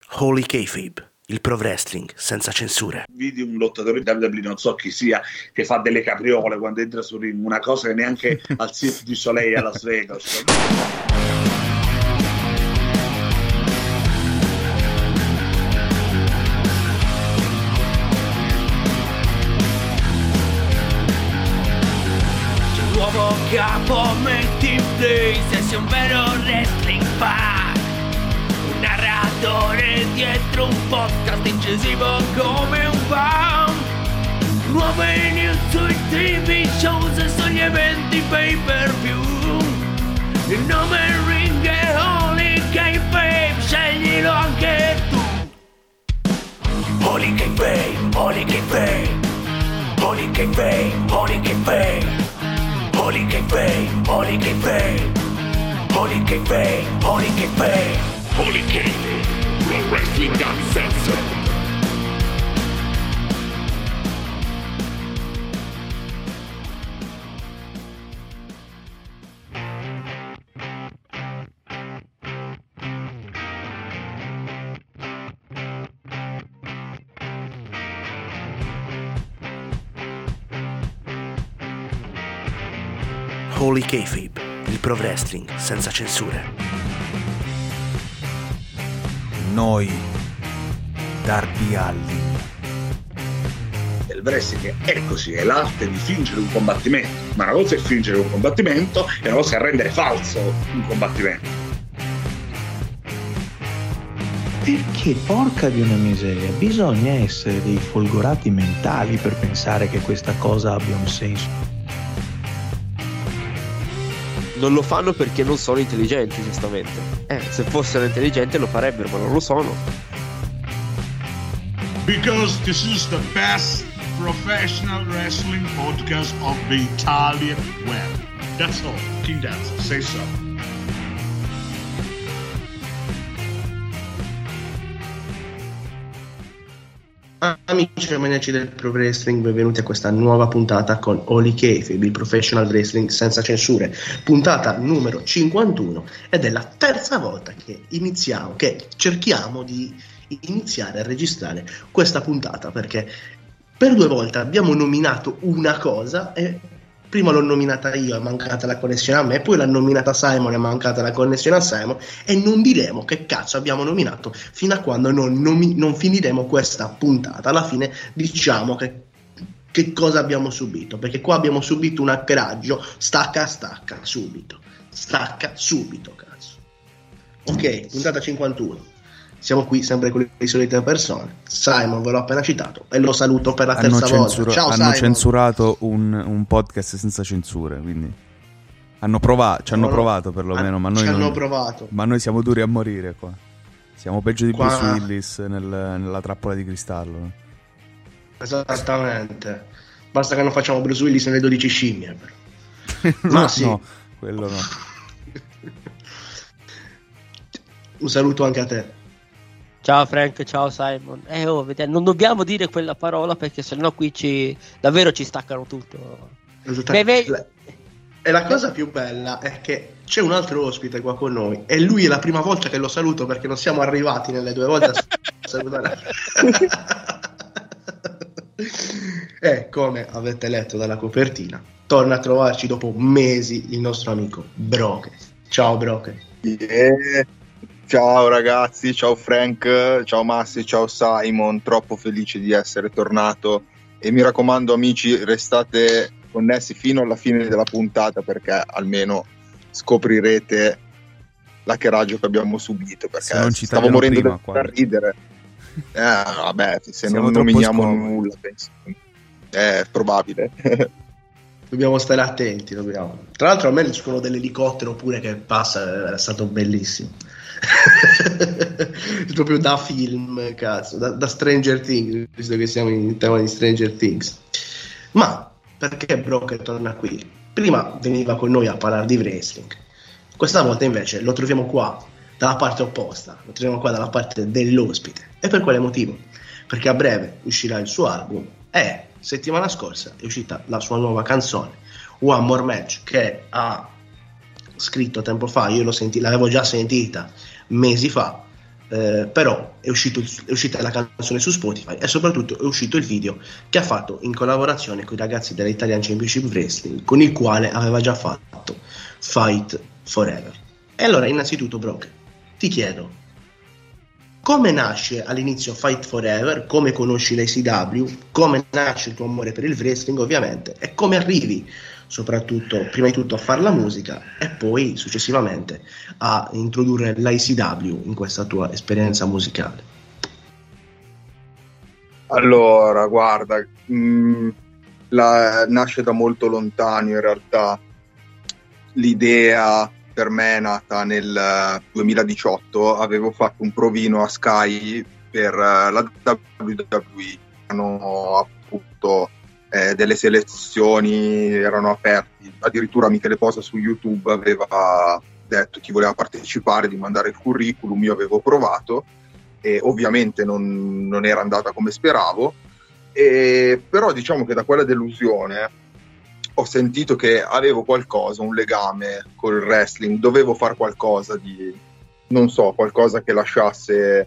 Holy Kayfabe, il pro wrestling senza censure. Vidi un lottatore di WWE, non so chi sia, che fa delle capriole quando entra sul ring, una cosa che neanche al Cirque du Soleil a Las Vegas. Nuovo capo, metti in play se sei un vero wrestling fan. Un narratore dietro un podcast incisivo come un fan. Nuove news sui TV shows e sugli eventi pay per view. Il nome ring è Holy Kayfabe, sceglilo anche tu. Holy Kayfabe, Holy Kayfabe, Holy Kayfabe, Holy Kayfabe. Holy Kayfabe, Holy Kayfabe, Holy Kayfabe, Holy Kayfabe, Holy Kayfabe, Pro Wrestling Uncensored. Holy Kayfabe, il pro wrestling senza censure. Noi, Darby Allin. Il wrestling è così, è l'arte di fingere un combattimento, ma una cosa è fingere un combattimento e una cosa è rendere falso un combattimento. Perché, porca di una miseria, bisogna essere dei folgorati mentali per pensare che questa cosa abbia un senso. Non lo fanno perché non sono intelligenti, giustamente. Se fossero intelligenti lo farebbero, ma non lo sono. Because this is the best professional wrestling podcast of the Italian web. That's all. King Dance, say so. Amici e maniaci del pro wrestling, benvenuti a questa nuova puntata con Holy Kayfabe, il professional wrestling senza censure, puntata numero 51, ed è la terza volta che cerchiamo di iniziare a registrare questa puntata, perché per due volte abbiamo nominato una cosa e prima l'ho nominata io, è mancata la connessione a me, poi l'ha nominata Simon, è mancata la connessione a Simon, e non diremo che cazzo abbiamo nominato fino a quando non finiremo questa puntata. Alla fine diciamo che cosa abbiamo subito, perché qua abbiamo subito un hackeraggio, stacca subito, cazzo. Ok, puntata 51. Siamo qui sempre con le solite persone. Simon ve l'ho appena citato e lo saluto per la terza volta. Ciao Simon. Hanno censurato un podcast senza censure, quindi ci hanno provato perlomeno, ma noi hanno provato. Ma noi siamo duri a morire qua. Siamo peggio di Bruce Willis nella trappola di cristallo. Esattamente. Basta che non facciamo Bruce Willis nelle 12 scimmie. Ma sì. No, quello no. Un saluto anche a te. Ciao Frank, ciao Simon. Non dobbiamo dire quella parola perché sennò qui davvero ci staccano tutto. E la cosa più bella è che c'è un altro ospite qua con noi e lui è la prima volta che lo saluto perché non siamo arrivati nelle due volte a salutare. E come avete letto dalla copertina, torna a trovarci dopo mesi il nostro amico Broke. Ciao Broke. Yeah. Ciao ragazzi, ciao Frank, ciao Massi, ciao Simon, troppo felice di essere tornato e mi raccomando amici, restate connessi fino alla fine della puntata perché almeno scoprirete l'hackeraggio che abbiamo subito, perché non ci stavo morendo prima, da ridere. Vabbè, se siamo non troppo nominiamo scomodi. nulla penso. È probabile. Dobbiamo stare attenti, Tra l'altro a me il suono dell'elicottero pure che passa è stato bellissimo. Proprio da film, cazzo, da Stranger Things, visto che siamo in tema di Stranger Things. Ma perché Brock torna qui? Prima veniva con noi a parlare di wrestling, questa volta invece lo troviamo qua dalla parte opposta, lo troviamo qua dalla parte dell'ospite. E per quale motivo? Perché a breve uscirà il suo album e settimana scorsa è uscita la sua nuova canzone One More Match, che ha scritto tempo fa, io l'avevo già sentita mesi fa, però è uscita la canzone su Spotify e soprattutto è uscito il video che ha fatto in collaborazione con i ragazzi della Italian Championship Wrestling, con il quale aveva già fatto Fight Forever. E allora innanzitutto Brock, ti chiedo come nasce all'inizio Fight Forever, come conosci l'ACW, come nasce il tuo amore per il wrestling ovviamente, e come arrivi soprattutto, prima di tutto, a fare la musica e poi successivamente a introdurre l'ACW in questa tua esperienza musicale. Allora, guarda, nasce da molto lontano in realtà. L'idea per me è nata nel 2018, avevo fatto un provino a Sky per la WWE, erano appunto delle selezioni, erano aperti, addirittura Michele Posa su YouTube aveva detto chi voleva partecipare di mandare il curriculum, io avevo provato e ovviamente non era andata come speravo, però diciamo che da quella delusione ho sentito che avevo qualcosa, un legame col wrestling, dovevo fare qualcosa di, non so, qualcosa che lasciasse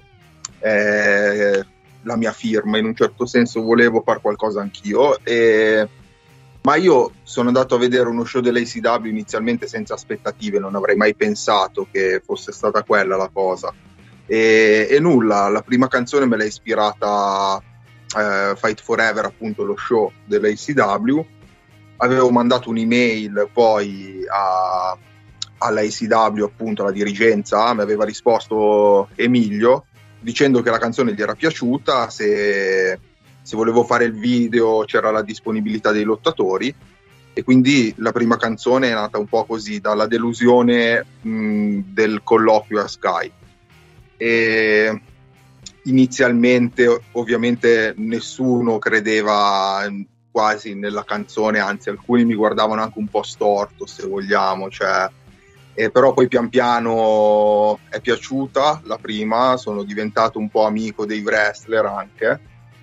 la mia firma, in un certo senso volevo fare qualcosa anch'io, ma io sono andato a vedere uno show dell'ACW inizialmente senza aspettative, non avrei mai pensato che fosse stata quella la cosa, e nulla, la prima canzone me l'ha ispirata Fight Forever, appunto lo show dell'ACW. Avevo mandato un'email poi all'ACW, appunto alla dirigenza, mi aveva risposto Emilio dicendo che la canzone gli era piaciuta, se volevo fare il video c'era la disponibilità dei lottatori, e quindi la prima canzone è nata un po' così, dalla delusione del colloquio a Sky. E inizialmente ovviamente nessuno credeva quasi nella canzone, anzi alcuni mi guardavano anche un po' storto, se vogliamo, cioè, però poi pian piano è piaciuta la prima, sono diventato un po' amico dei wrestler anche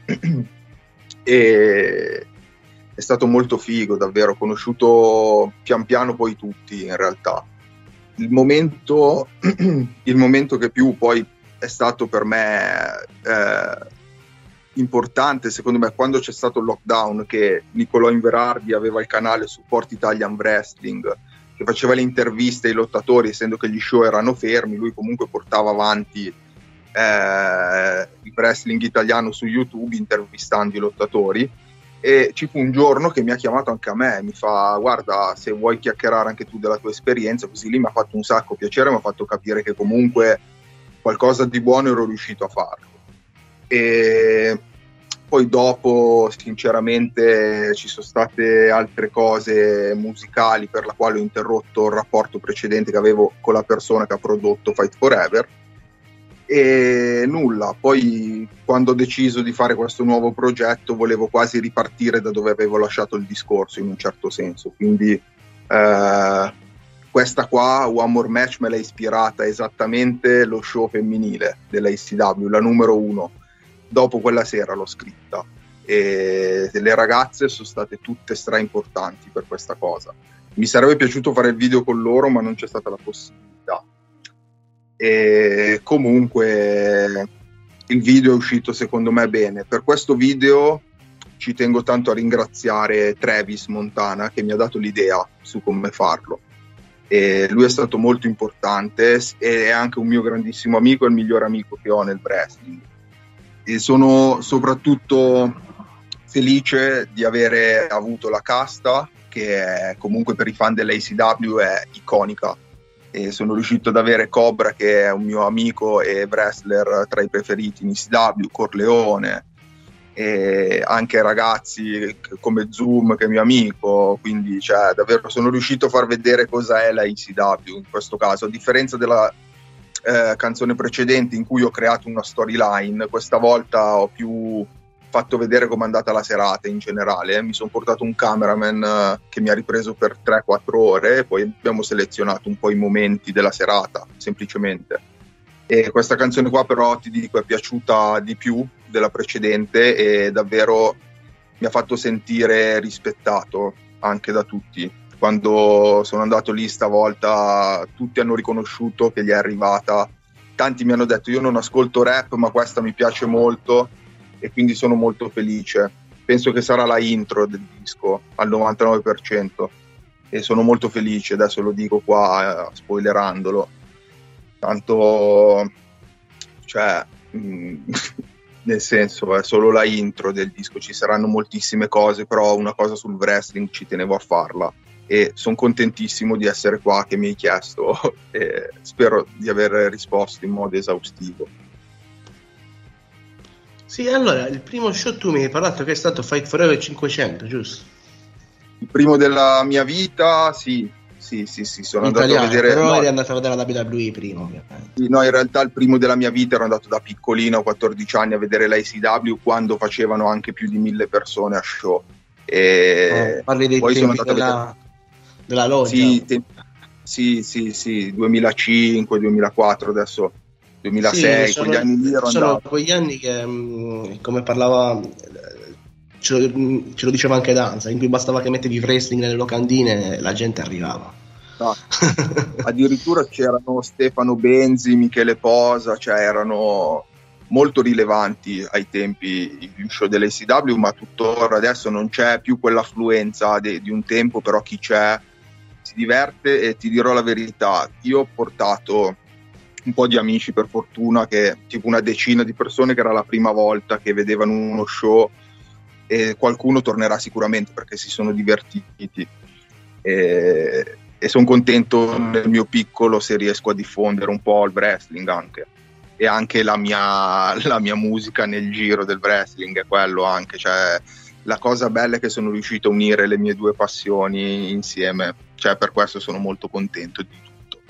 e è stato molto figo, davvero, ho conosciuto pian piano poi tutti in realtà. Il momento che più poi è stato per me importante, secondo me, quando c'è stato il lockdown, che Nicolò Inverardi aveva il canale Support Italian Wrestling, che faceva le interviste ai lottatori, essendo che gli show erano fermi, lui comunque portava avanti il wrestling italiano su YouTube intervistando i lottatori, e ci fu un giorno che mi ha chiamato anche a me, mi fa: guarda, se vuoi chiacchierare anche tu della tua esperienza, così. Lì mi ha fatto un sacco piacere, mi ha fatto capire che comunque qualcosa di buono ero riuscito a farlo. E poi dopo sinceramente ci sono state altre cose musicali per la quale ho interrotto il rapporto precedente che avevo con la persona che ha prodotto Fight Forever, e nulla, poi quando ho deciso di fare questo nuovo progetto volevo quasi ripartire da dove avevo lasciato il discorso, in un certo senso, quindi questa qua, One More Match, me l'ha ispirata esattamente lo show femminile dell'ACW, la numero 1. Dopo quella sera l'ho scritta e le ragazze sono state tutte stra importanti per questa cosa. Mi sarebbe piaciuto fare il video con loro, ma non c'è stata la possibilità. E comunque il video è uscito secondo me bene. Per questo video ci tengo tanto a ringraziare Travis Montana, che mi ha dato l'idea su come farlo. E lui è stato molto importante e è anche un mio grandissimo amico, il miglior amico che ho nel wrestling. E sono soprattutto felice di avere avuto la casta, che è, comunque per i fan dell'ACW è iconica, e sono riuscito ad avere Cobra, che è un mio amico e wrestler tra i preferiti in ACW, Corleone, e anche ragazzi come Zoom, che è mio amico, quindi cioè, davvero sono riuscito a far vedere cosa è la ACW in questo caso, a differenza della canzone precedente in cui ho creato una storyline. Questa volta ho più fatto vedere com'è andata la serata in generale. Mi sono portato un cameraman che mi ha ripreso per 3-4 ore e poi abbiamo selezionato un po' i momenti della serata, semplicemente. E questa canzone qua però, ti dico, è piaciuta di più della precedente e davvero mi ha fatto sentire rispettato anche da tutti. Quando sono andato lì stavolta tutti hanno riconosciuto che gli è arrivata tanti mi hanno detto io non ascolto rap, ma questa mi piace molto e quindi sono molto felice. Penso che sarà la intro del disco al 99% e sono molto felice, adesso lo dico qua spoilerandolo, tanto cioè nel senso è solo la intro del disco, ci saranno moltissime cose, però una cosa sul wrestling ci tenevo a farla e sono contentissimo di essere qua che mi hai chiesto e spero di aver risposto in modo esaustivo. Sì, allora, il primo show tu mi hai parlato che è stato Fight Forever 500, giusto? Il primo della mia vita, sì, sono andato a vedere... Però eri andato a vedere la WWE prima, ovviamente. Sì, no, in realtà il primo della mia vita ero andato da piccolino, 14 anni, a vedere la ICW quando facevano anche più di 1000 persone a show. E parli dei poi tempi sono andato della loggia? Sì, 2005, 2004, adesso 2006, sì, quegli anni lì ero sono andato. quegli anni che, come parlava, ce lo diceva anche Danza, in cui bastava che mettevi wrestling nelle locandine e la gente arrivava. No. Addirittura c'erano Stefano Benzi, Michele Posa, cioè erano molto rilevanti ai tempi il show dell'ACW, ma tuttora adesso non c'è più quell'affluenza di un tempo, però chi c'è si diverte e ti dirò la verità, io ho portato un po' di amici per fortuna, che tipo una decina di persone che era la prima volta che vedevano uno show e qualcuno tornerà sicuramente perché si sono divertiti e sono contento nel mio piccolo se riesco a diffondere un po' il wrestling anche e anche la mia musica nel giro del wrestling è quello anche, cioè la cosa bella è che sono riuscito a unire le mie due passioni insieme, cioè per questo sono molto contento di tutto.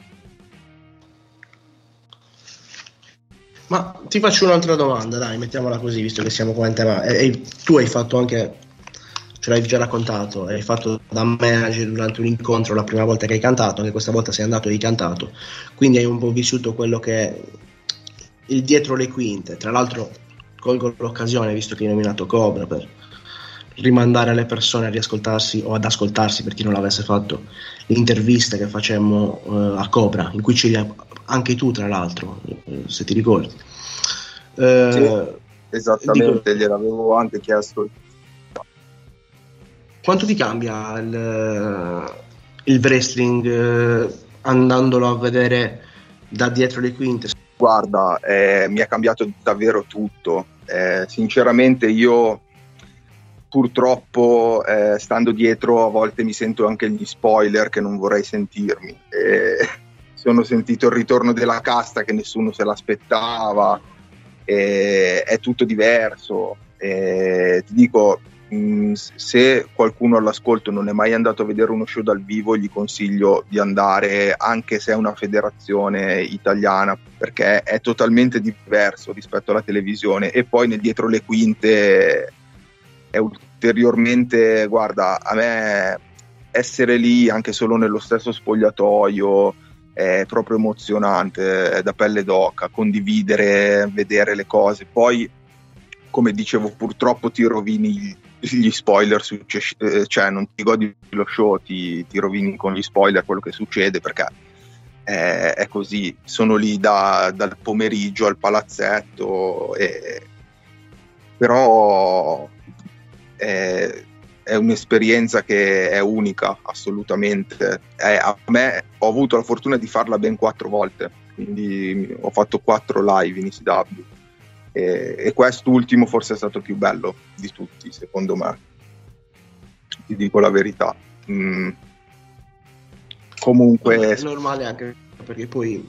Ma ti faccio un'altra domanda, dai, mettiamola così, visto che siamo qua in tema. E tu hai fatto anche, ce l'hai già raccontato, hai fatto da manager durante un incontro la prima volta che hai cantato, anche questa volta sei andato e hai cantato, quindi hai un po' vissuto quello che è il dietro le quinte. Tra l'altro colgo l'occasione, visto che hai nominato Cobra, per rimandare alle persone a riascoltarsi o ad ascoltarsi, per chi non l'avesse fatto, l'intervista che facemmo a Cobra, in cui c'eri anche tu, tra l'altro, se ti ricordi. Sì, esattamente, gliel'avevo anche chiesto. Quanto ti cambia il wrestling andandolo a vedere da dietro le quinte? Guarda, mi è cambiato davvero tutto. Sinceramente io purtroppo stando dietro a volte mi sento anche gli spoiler che non vorrei sentirmi. Sono sentito il ritorno della casta che nessuno se l'aspettava, è tutto diverso. Ti dico, se qualcuno all'ascolto non è mai andato a vedere uno show dal vivo, gli consiglio di andare, anche se è una federazione italiana, perché è totalmente diverso rispetto alla televisione. E poi nel dietro le quinte è ulteriormente, guarda, a me essere lì anche solo nello stesso spogliatoio è proprio emozionante, è da pelle d'oca, condividere, vedere le cose. Poi, come dicevo, purtroppo ti rovini gli spoiler, cioè non ti godi lo show, ti rovini con gli spoiler quello che succede, perché è così, sono lì dal pomeriggio al palazzetto, però è un'esperienza che è unica, assolutamente. A me ho avuto la fortuna di farla ben 4 volte, quindi ho fatto 4 live in ICW e quest'ultimo forse è stato più bello di tutti, secondo me, ti dico la verità. Comunque è normale, anche perché poi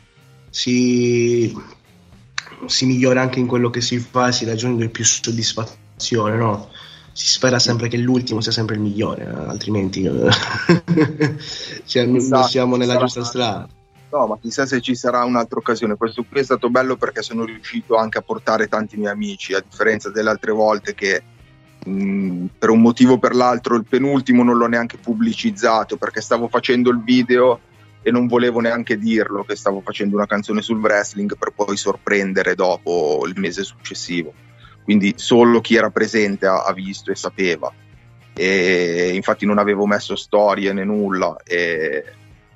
si migliora anche in quello che si fa e si raggiunge più soddisfazione, no? Si spera sempre che l'ultimo sia sempre il migliore, altrimenti cioè, non siamo nella giusta strada. No, ma chissà se ci sarà un'altra occasione. Questo qui è stato bello perché sono riuscito anche a portare tanti miei amici, a differenza delle altre volte che per un motivo o per l'altro il penultimo non l'ho neanche pubblicizzato, perché stavo facendo il video e non volevo neanche dirlo che stavo facendo una canzone sul wrestling per poi sorprendere dopo il mese successivo. Quindi solo chi era presente ha visto e sapeva, e infatti non avevo messo storie né nulla, e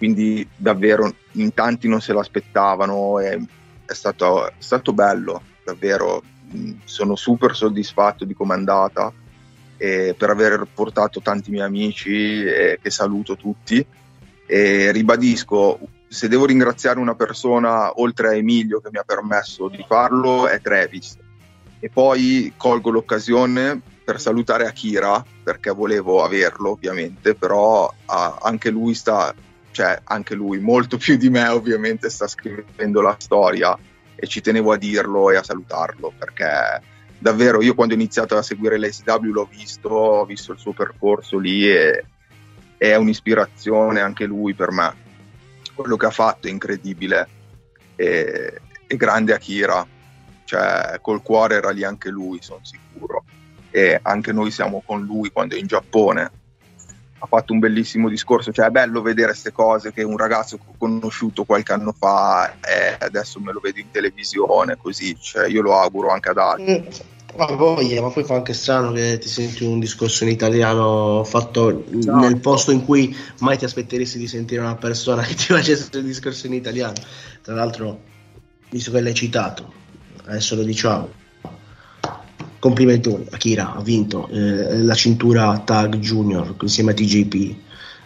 quindi davvero in tanti non se l'aspettavano, e è stato bello, davvero. Sono super soddisfatto di come è andata, e per aver portato tanti miei amici, che saluto tutti, e ribadisco, se devo ringraziare una persona oltre a Emilio che mi ha permesso di farlo, è Travis. E poi colgo l'occasione per salutare Akira, perché volevo averlo ovviamente, però anche lui anche lui molto più di me ovviamente sta scrivendo la storia, e ci tenevo a dirlo e a salutarlo, perché davvero io quando ho iniziato a seguire l'AEW ho visto il suo percorso lì, e è un'ispirazione anche lui per me. Quello che ha fatto è incredibile, e grande Akira, cioè col cuore era lì anche lui, sono sicuro, e anche noi siamo con lui quando è in Giappone. Ha fatto un bellissimo discorso, cioè è bello vedere queste cose, che un ragazzo che ho conosciuto qualche anno fa e adesso me lo vedo in televisione così, cioè io lo auguro anche ad altri. Ma poi fa anche strano che ti senti un discorso in italiano fatto nel posto in cui mai ti aspetteresti di sentire una persona che ti facesse il discorso in italiano. Tra l'altro, visto che l'hai citato, adesso lo diciamo, complimentoni, Akira ha vinto la cintura Tag Junior insieme a TJP.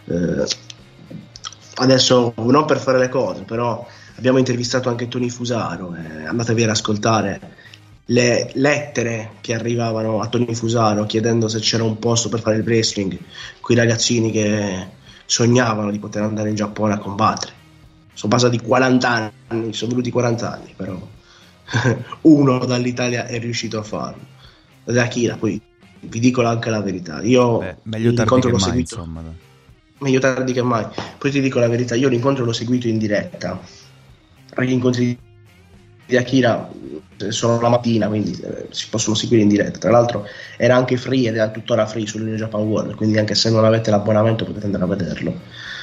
Adesso, non per fare le cose, però abbiamo intervistato anche Tony Fusaro, andatevi ad ascoltare le lettere che arrivavano a Tony Fusaro chiedendo se c'era un posto per fare il wrestling, quei ragazzini che sognavano di poter andare in Giappone a combattere. Sono passati 40 anni, sono venuti 40 anni, però uno dall'Italia è riuscito a farlo. Akira, poi vi dico anche la verità, io meglio tardi che mai, insomma. Meglio tardi che mai. Poi ti dico la verità, io l'incontro l'ho seguito in diretta. Gli incontri di Akira sono la mattina, quindi si possono seguire in diretta. Tra l'altro era anche free ed è tuttora free sul New Japan World, quindi anche se non avete l'abbonamento potete andare a vederlo.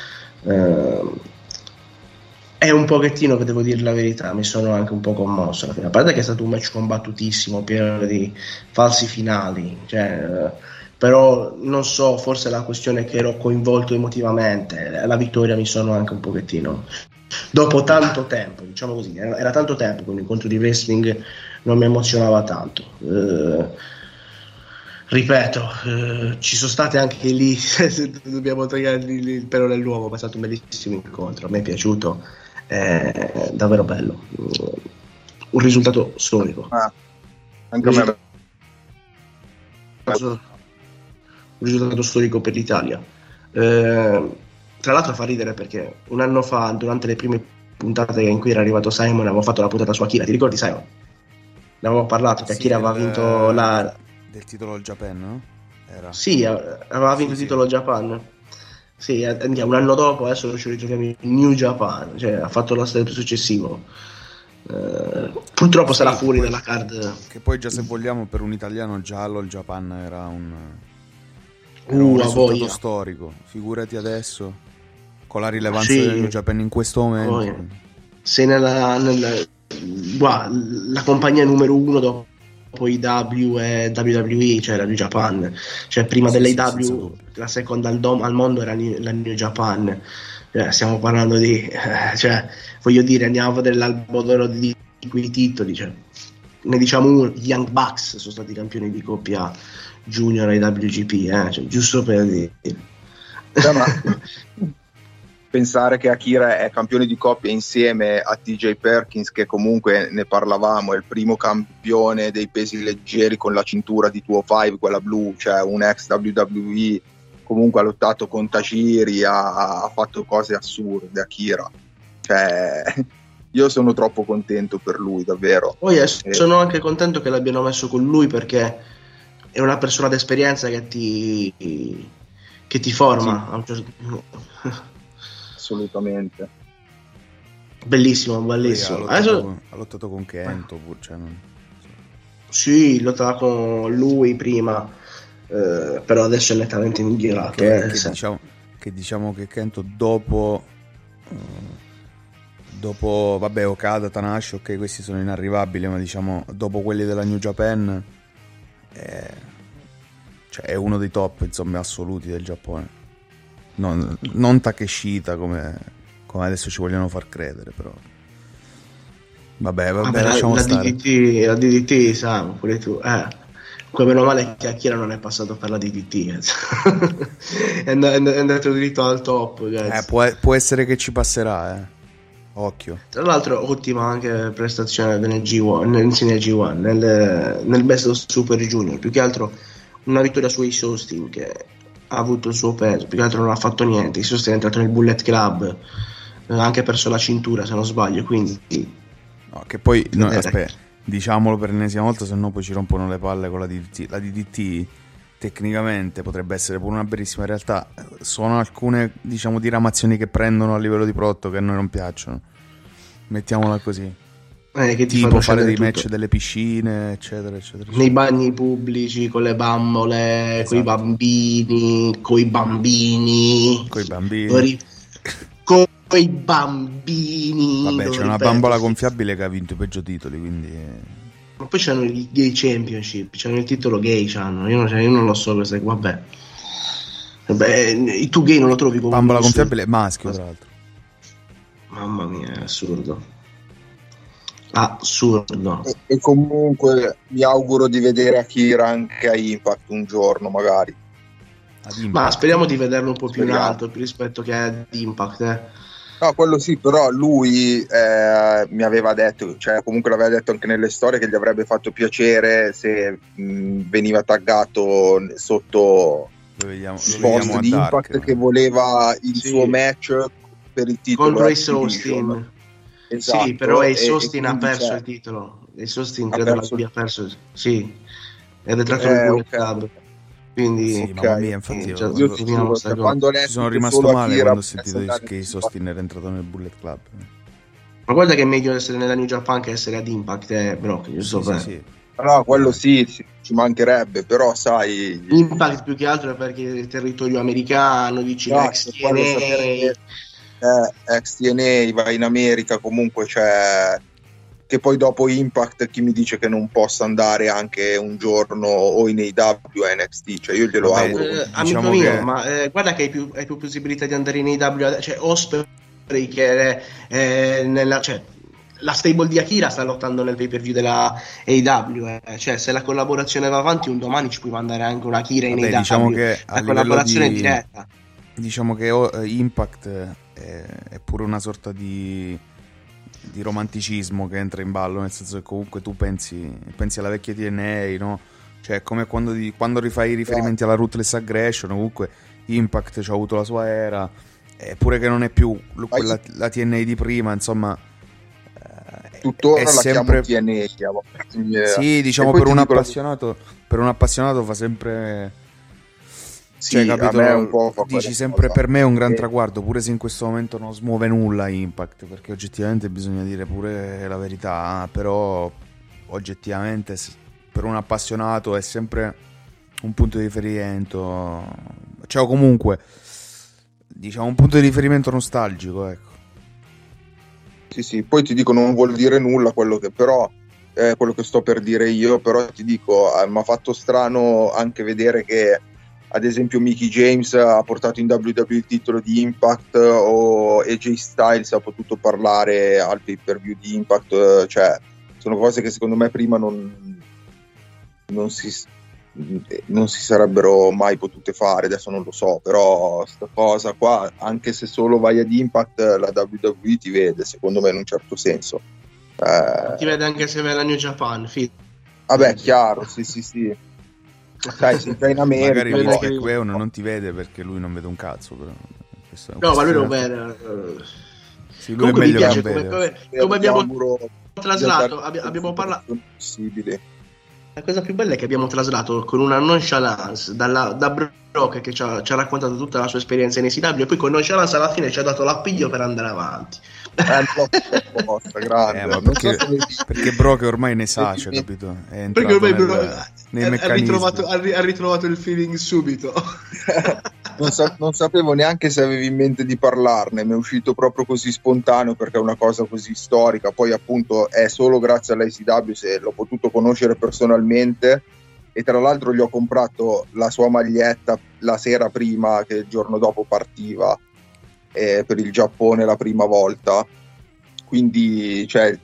È un pochettino, che devo dire la verità, mi sono anche un po' commosso alla fine. A parte che è stato un match combattutissimo, pieno di falsi finali, però non so, forse è la questione che ero coinvolto emotivamente. La vittoria mi sono anche un pochettino, dopo tanto tempo, diciamo così, era tanto tempo che un incontro di wrestling non mi emozionava tanto. Ripeto, ci sono state anche lì, dobbiamo togliere il pelo nell'uovo, è stato un bellissimo incontro, a me è piaciuto, è davvero bello, un risultato storico. Anche a me. Un risultato storico per l'Italia. Tra l'altro fa ridere perché un anno fa, durante le prime puntate in cui era arrivato Simon, avevamo fatto la puntata su Akira, ti ricordi Simon? Ne avevamo parlato, che Akira aveva vinto del titolo al Japan, no? Sì, aveva vinto il titolo Japan. Sì, un anno dopo, adesso ci ritroviamo in New Japan, cioè ha fatto lo step successivo. Purtroppo sarà fuori dalla card. Che poi già, se vogliamo, per un italiano giallo il Japan era un risultato storico. Figurati adesso, con la rilevanza del New Japan in questo momento. Se la compagnia numero uno dopo IW e WWE, cioè la New Japan, cioè prima dell'AEW la seconda al mondo era la New Japan, stiamo parlando di voglio dire, andiamo a vedere l'albo d'oro di quei titoli, ne diciamo uno, gli Young Bucks sono stati campioni di coppia junior ai WGP, giusto per dire. Pensare che Akira è campione di coppia insieme a TJ Perkins, che comunque, ne parlavamo, è il primo campione dei pesi leggeri con la cintura di 205, quella blu, cioè un ex WWE, comunque ha lottato con Tajiri, ha fatto cose assurde Akira, io sono troppo contento per lui, davvero. Poi sono anche contento che l'abbiano messo con lui, perché è una persona d'esperienza che ti forma a un certo punto. Assolutamente. Bellissimo. Ha lottato con Kento pure, Sì, lottava con lui prima, però adesso è nettamente migliorato. Diciamo che Kento dopo vabbè, Okada, Tanahashi, ok, questi sono inarrivabili, ma diciamo dopo quelli della New Japan è uno dei top, insomma, assoluti del Giappone. Non Takeshita come come adesso ci vogliono far credere, però vabbè lasciamo la stare. DDT, la DDT, sai, pure tu, come meno male che Akira non è passato per la DDT, è andato diritto al top, può essere che ci passerà, occhio. Tra l'altro ottima anche prestazione nel G1, nel G1, nel Best of Super Junior, più che altro una vittoria su Ace Austin che ha avuto il suo peso, più che altro non ha fatto niente. Ace Austin è entrato nel Bullet Club, ha anche perso la cintura se non sbaglio, quindi no, che poi aspetta, diciamolo per l'ennesima volta, se no poi ci rompono le palle con la DDT. La DDT tecnicamente potrebbe essere pure una bellissima, in realtà sono alcune, diciamo, diramazioni che prendono a livello di prodotto che a noi non piacciono, mettiamola così. Che ti tipo fare dei tutto. match delle piscine, eccetera, eccetera. Nei bagni pubblici, con le bambole, esatto. coi bambini, coi bambini. Coi bambini. Vabbè, c'è una bambola gonfiabile che ha vinto i peggio titoli, quindi... Ma poi c'hanno il Gay Championship, c'hanno il titolo gay, c'hanno. Io non lo so, vabbè. Tu gay non lo trovi come... Bambola gonfiabile è maschio, tra l'altro. Mamma mia, è assurdo. Assurdo. E comunque mi auguro di vedere Akira anche a Impact un giorno, magari. Ma speriamo di vederlo un po' più in alto rispetto che ad Impact. No, quello sì, però lui mi aveva detto, cioè comunque l'aveva detto anche nelle storie, che gli avrebbe fatto piacere se veniva taggato sotto post di Impact, che voleva il suo match per il titolo contro Ace Austin. Esatto. Sì, però Ace Austin ha perso il titolo. Ace Austin credo l'abbia perso, sì, ed è entrato nel Bullet Club. Quindi sì, mamma mia, infatti io sono rimasto male quando ho sentito che Ace Austin era entrato nel Bullet Club. Ma guarda che è meglio essere nella New Japan che essere ad Impact, Brock, giusto? Sì. No, quello sì, ci mancherebbe, però sai... Impact più che altro è perché è il territorio americano, dici XTNA... XTNA va in America, comunque c'è... Che poi dopo Impact chi mi dice che non possa andare anche un giorno o in AEW o NXT, cioè io glielo auguro. Amico mio, ma guarda che hai più possibilità di andare in AEW, cioè Osprey che cioè, la stable di Akira sta lottando nel pay-per-view della AEW, cioè se la collaborazione va avanti un domani ci puoi mandare anche una Akira in AEW, diciamo che la collaborazione è diretta. Diciamo che Impact è pure una sorta di romanticismo che entra in ballo, nel senso che comunque tu pensi alla vecchia TNA, no? Cioè come quando rifai i riferimenti alla Ruthless Aggression, comunque Impact ci ha avuto la sua era, eppure che non è più la TNA di prima, insomma tuttora è la sempre chiamo TNA. Sì, diciamo per un appassionato fa sempre... Sì, cioè, capito, a me un po' dici sempre per me è un gran traguardo, pure se in questo momento non smuove nulla Impact, perché oggettivamente bisogna dire pure la verità, però oggettivamente per un appassionato è sempre un punto di riferimento, cioè comunque diciamo un punto di riferimento nostalgico, ecco. Sì, poi ti dico, non vuol dire nulla quello che sto per dire io, però ti dico, mi ha fatto strano anche vedere che ad esempio Mickie James ha portato in WWE il titolo di Impact, o AJ Styles ha potuto parlare al pay per view di Impact, cioè sono cose che secondo me prima non si sarebbero mai potute fare, adesso non lo so, però sta cosa qua, anche se solo vai ad Impact, la WWE ti vede, secondo me in un certo senso. Ti vede anche se vai alla New Japan, vabbè, chiaro, sì. Sai, se vai in America magari Vince McMahon non ti vede perché lui non vede un cazzo, però no, ma lui non vede. Sì, lui comunque è meglio che non vede. Come abbiamo traslato, abbiamo parlato possibile. La cosa più bella è che abbiamo traslato con una nonchalance da Brock che ci ha raccontato tutta la sua esperienza in ECW, e poi con nonchalance alla fine ci ha dato l'appiglio per andare avanti. Perché Brock ormai ne sa, cioè, capito? Perché ormai ha ritrovato il feeling subito. Non sapevo neanche se avevi in mente di parlarne, mi è uscito proprio così spontaneo perché è una cosa così storica, poi appunto è solo grazie all'ICW se l'ho potuto conoscere personalmente, e tra l'altro gli ho comprato la sua maglietta la sera prima che il giorno dopo partiva, per il Giappone la prima volta, quindi cioè,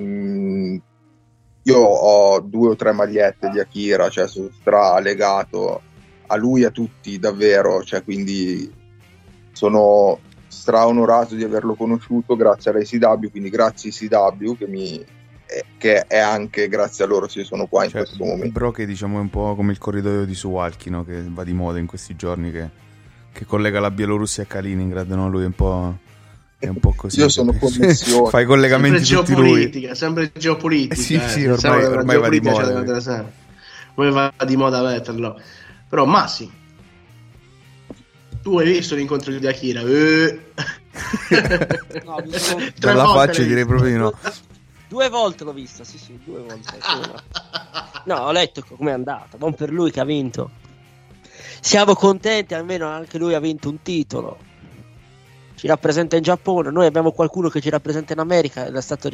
io ho 2 o 3 magliette di Akira, cioè sono legato a lui, a tutti davvero, cioè, quindi sono onorato di averlo conosciuto grazie all'ACW, quindi grazie ACW che è anche grazie a loro se sono qua in questo momento. Bro, che diciamo è un po' come il corridoio di Suwalki, no? Che va di moda in questi giorni, che collega la Bielorussia a Kaliningrad, no? Lui è un po' così. Io sono connessione. Fai collegamenti sempre tutti lui. Sempre geopolitica. Sì, ormai va di moda. Come va di moda metterlo. Però Massi, tu hai visto l'incontro di Akira? No, Dalla faccia direi proprio di no. 2 volte l'ho vista, sì, 2 volte. No, ho letto come è andata, non per lui che ha vinto. Siamo contenti, almeno anche lui ha vinto un titolo. Ci rappresenta in Giappone, noi abbiamo qualcuno che ci rappresenta in America, è stato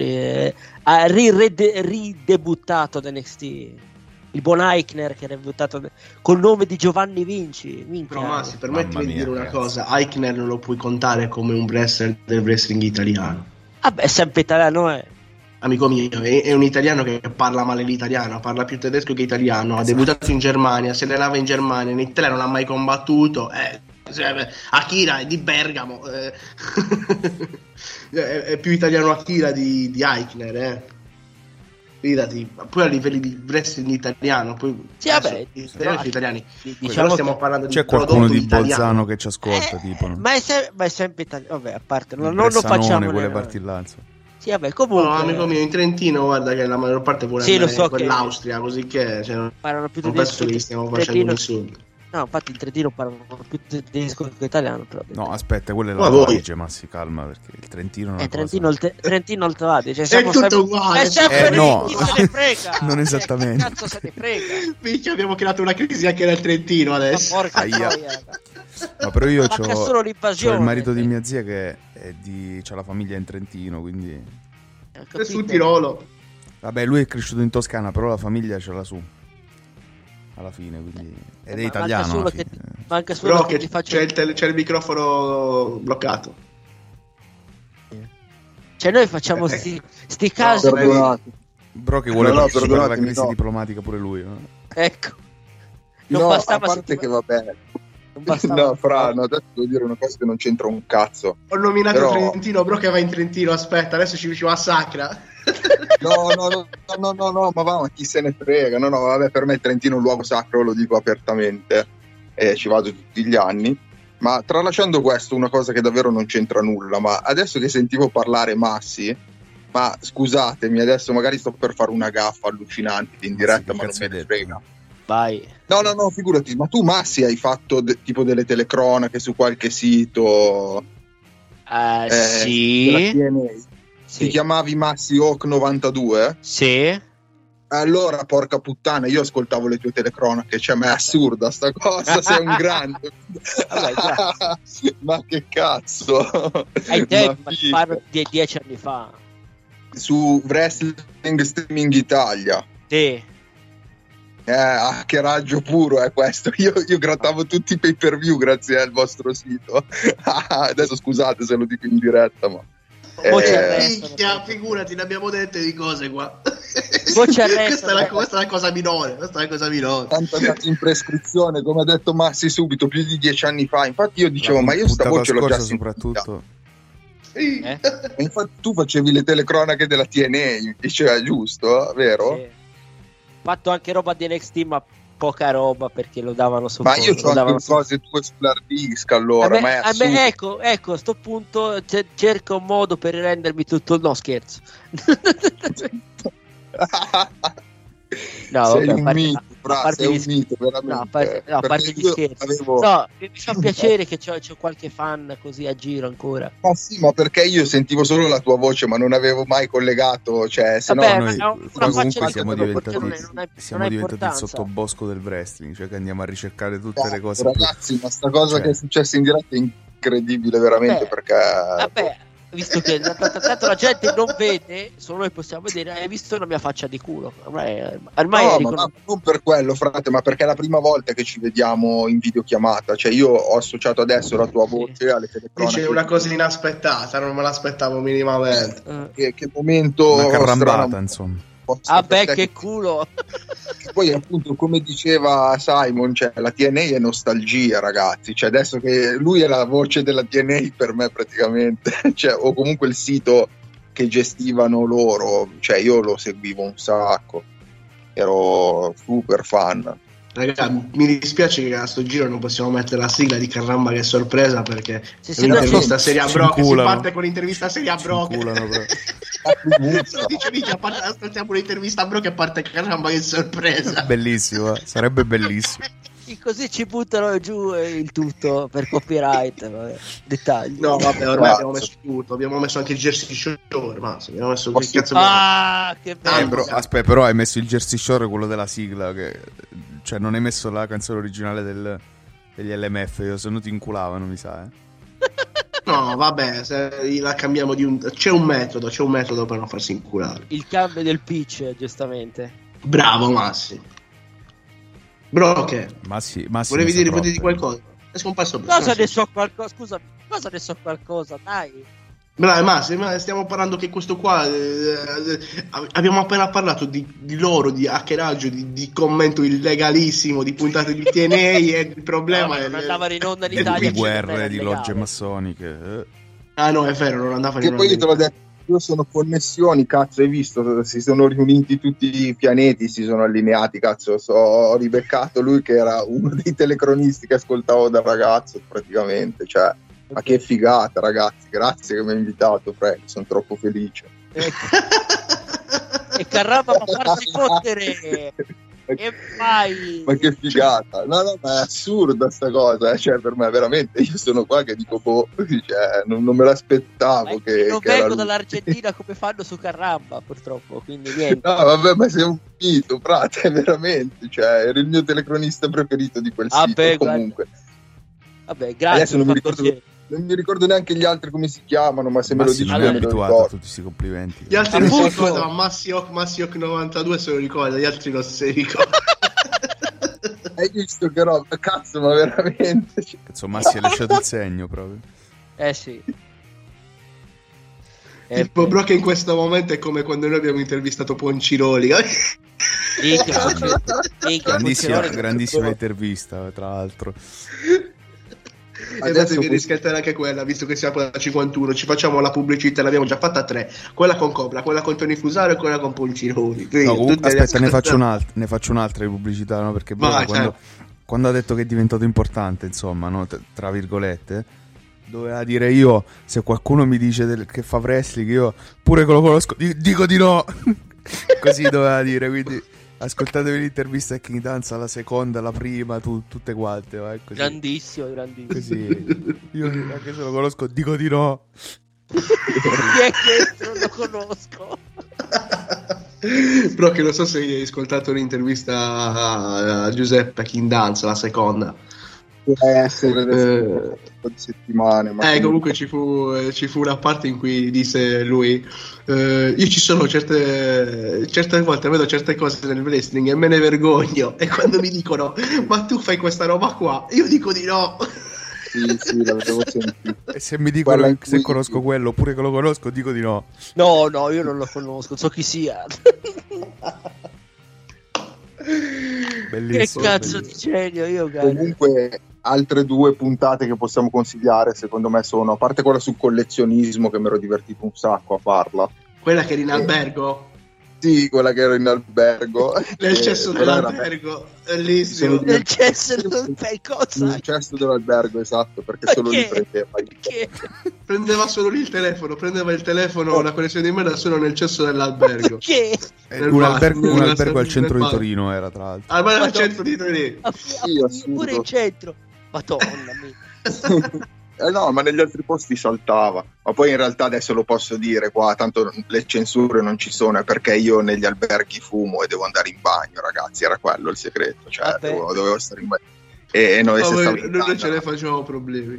ridebuttato da NXT. Il buon Eichner che era debuttato col nome di Giovanni Vinci. Però Massi, permettimi di dire una cosa, Eichner non lo puoi contare come un wrestler del wrestling italiano. Vabbè, sempre italiano Amico mio, è un italiano che parla male l'italiano, parla più tedesco che italiano, ha debuttato in Germania, se allenava in Germania, in Italia non ha mai combattuto, Akira è di Bergamo, è più italiano Akira di Eichner, Fidati. Poi a livelli di wrestling italiano, poi sì, vabbè, italiani, diciamo stiamo parlando c'è di qualcuno di italiano. Bolzano che ci ascolta, tipo, no? ma è sempre italiano, vabbè, a parte non facciamo quelle parti là, insomma. Sì, vabbè, comunque no, amico mio, in Trentino guarda che la maggior parte vuole andare lo so in l'Austria, così che parlano più non penso che li stiamo facendo nessuno. No, infatti in Trentino parlano più tedesco che italiano, però. No, aspetta, quella è la Alto Adige, ma si calma, perché il Trentino non è Trentino Alto Adige, è tutto uguale. È sempre no. chi se ne frega. Non esattamente. Cazzo se ne frega. Minchia, abbiamo creato una crisi anche nel Trentino adesso. Ma porca troia. No, però io solo l'invasione. c'ho il marito di mia zia che c'ha la famiglia in Trentino, quindi è sul Tirolo. Vabbè, lui è cresciuto in Toscana, però la famiglia ce l'ha su. Alla fine, quindi ed è italiano. Manca solo però che ti faccia c'è il cmicrofono bloccato. Cioè noi facciamo sti casi. Bro che vuole partecipare alla crisi diplomatica pure lui, no? Ecco. Non bastava, a parte che vabbè. No, adesso devo dire una cosa che non c'entra un cazzo. Ho nominato Trentino, bro, che va in Trentino. Aspetta, adesso ci massacra. No, ma chi se ne frega? No, vabbè, per me il Trentino è un luogo sacro, lo dico apertamente, ci vado tutti gli anni. Ma tralasciando questo, una cosa che davvero non c'entra nulla, ma adesso che sentivo parlare Massi, ma scusatemi, adesso magari sto per fare una gaffa allucinante in diretta, ma non me ne frega. Vai. No, figurati, ma tu Massi hai fatto tipo delle telecronache su qualche sito? Sì. Ti chiamavi Massi Hawk 92? Sì. Allora, porca puttana, io ascoltavo le tue telecronache, cioè, ma è assurda sta cosa, sei un grande. Vabbè, ma che cazzo? Ai tempi, ma parlo di 10 anni fa. Su Wrestling Streaming Italia. Sì. Che raggio puro è questo. Io grattavo tutti i pay per view grazie al vostro sito. Adesso scusate se lo dico in diretta, ma figurati, ne abbiamo dette di cose qua. Questa è la cosa minore. Tanto andato in prescrizione, come ha detto Massi subito, più di 10 anni fa. Infatti io dicevo, ma io sta voce l'ho già soprattutto. Sì. Infatti tu facevi le telecronache della TNA, diceva giusto, vero? Sì. Ho fatto anche roba di NXT, ma poca roba perché lo davano su. Ma io c'ho anche cose tue sull'hard disk, allora. Ma è assurdo. Ecco, a sto punto cerco un modo per rendermi tutto. No, scherzo. No, sei vabbè, un mito, sei un mito, veramente. No, a parte gli scherzi. No, mi fa piacere che c'ho qualche fan così a giro ancora. Ma sì, ma perché io sentivo solo la tua voce, ma non avevo mai collegato, cioè, se vabbè, no noi comunque siamo diventati il sottobosco del wrestling, cioè che andiamo a ricercare tutte le cose. Ragazzi, ma sta cosa che è successa in diretta è incredibile, veramente, perché... Vabbè, Visto che tanto la gente non vede, solo noi possiamo vedere, hai visto la mia faccia di culo. Ormai no, ma non per quello, frate, ma perché è la prima volta che ci vediamo in videochiamata. Cioè, io ho associato adesso la tua voce alle telecronache. Dice una cosa inaspettata, non me l'aspettavo minimamente. Che momento una carrambata, strano, insomma. Vabbè, che culo. Poi appunto, come diceva Simon, cioè, la TNA è nostalgia, ragazzi. Cioè, adesso che lui è la voce della TNA per me praticamente, cioè, o comunque il sito che gestivano loro, cioè io lo seguivo un sacco, ero super fan. Raga, mi dispiace che a sto giro non possiamo mettere la sigla di Caramba che sorpresa, perché l'intervista seria Brock, si parte con l'intervista seria Brock. Dicevi che ascoltiamo un'intervista a Brock e parte Caramba che sorpresa. Bellissimo, sarebbe bellissimo. Così ci buttano giù il tutto per copyright, vabbè. Dettagli. No, vabbè, ormai abbiamo messo tutto, abbiamo messo anche il Jersey Shore, ormai abbiamo messo che cazzo. Che bello. Aspetta, però hai messo il Jersey Shore, quello della sigla, che cioè non hai messo la canzone originale degli LMF, se no ti inculavano, mi sa, No, vabbè, se la cambiamo c'è un metodo per non farsi inculare. Il cambio del pitch, giustamente. Bravo Massi. Bro, che? Massi volevi dire qualcosa? È scomparso. Cosa ne so qualcosa? Scusami, cosa ne so qualcosa? Dai. Bravo, Massi, stiamo parlando che questo qua abbiamo appena parlato di loro, di hackeraggio, di commento illegalissimo, di puntate di TNA e il problema non andavano in onda in Italia, di guerre, di logge massoniche. Ah no, è vero, non andavano in onda. Che poi io te l'ho detto, io sono connessioni, cazzo, hai visto? Si sono riuniti tutti i pianeti, si sono allineati, cazzo, ho ribeccato lui che era uno dei telecronisti che ascoltavo da ragazzo praticamente, cioè, ma che figata, ragazzi, grazie che mi hai invitato, Frank, sono troppo felice. E Carrabba ma farsi fottere! E vai! Ma che figata! No, ma è assurda sta cosa, cioè per me veramente, io sono qua che dico, cioè, non me l'aspettavo. Non vengo dall'Argentina come fanno su Carrabba, purtroppo, quindi niente. No, vabbè, ma sei un mito, frate, veramente, cioè, eri il mio telecronista preferito di quel sito, comunque. Vabbè, grazie. Adesso non mi ricordo neanche gli altri come si chiamano, ma se me lo dici non è abituato a tutti questi complimenti. Gli altri non si ricordano, ma Massiok 92 se lo ricorda, gli altri non si ricordano. Hai visto che roba, cazzo, ma veramente. Cazzo, Massi ha lasciato il segno proprio. Sì. Tipo Brock in questo momento è come quando noi abbiamo intervistato Ponciroli. Grandissima intervista, tra l'altro. Adesso devi riscattare anche quella, visto che siamo a 51, ci facciamo la pubblicità, l'abbiamo già fatta 3, quella con Cobra, quella con Tony Fusaro e quella con Ponciroli. No, aspetta, ne faccio un'altra di pubblicità, no? Perché quando ha detto che è diventato importante, insomma, no? Tra virgolette, doveva dire io, se qualcuno mi dice che fa wrestling, io pure che lo conosco, dico di no. Così doveva dire, quindi ascoltatevi l'intervista a King Danza, la seconda, la prima, tutte quante, vai, così. Grandissimo. Così. Io anche se lo conosco dico di no. Chi è questo? Non lo conosco. Però che non so se hai ascoltato l'intervista a Giuseppe King Danza, la seconda. Può essere un po' di settimane, ma comunque ci fu una parte in cui disse lui io ci sono certe volte vedo certe cose nel wrestling e me ne vergogno, e quando mi dicono ma tu fai questa roba qua, io dico di no. Sì, l'avevo sentito. E se mi dicono se conosco quello, pure che lo conosco, dico di no. No, io non lo conosco, so chi sia. Bellissimo, che cazzo di genio, io comunque altre 2 puntate che possiamo consigliare secondo me sono, a parte quella sul collezionismo che mi ero divertito un sacco a farla, quella che era in albergo. Sì, quella che ero in albergo. Nel cesso dell'albergo, bellissimo. Nel cesso dell'albergo, nel cesso dell'albergo, esatto, perché solo lì prendeva solo lì il telefono, la connessione di merda solo nel cesso dell'albergo. Che? Un albergo al centro di Torino era, tra l'altro. Al centro di Torino. Pure in centro. Madonna mia. No, ma negli altri posti saltava. Ma poi in realtà adesso lo posso dire qua, tanto le censure non ci sono, è perché io negli alberghi fumo e devo andare in bagno, ragazzi, era quello il segreto, cioè dovevo stare in bagno. E noi non ce ne facevamo problemi.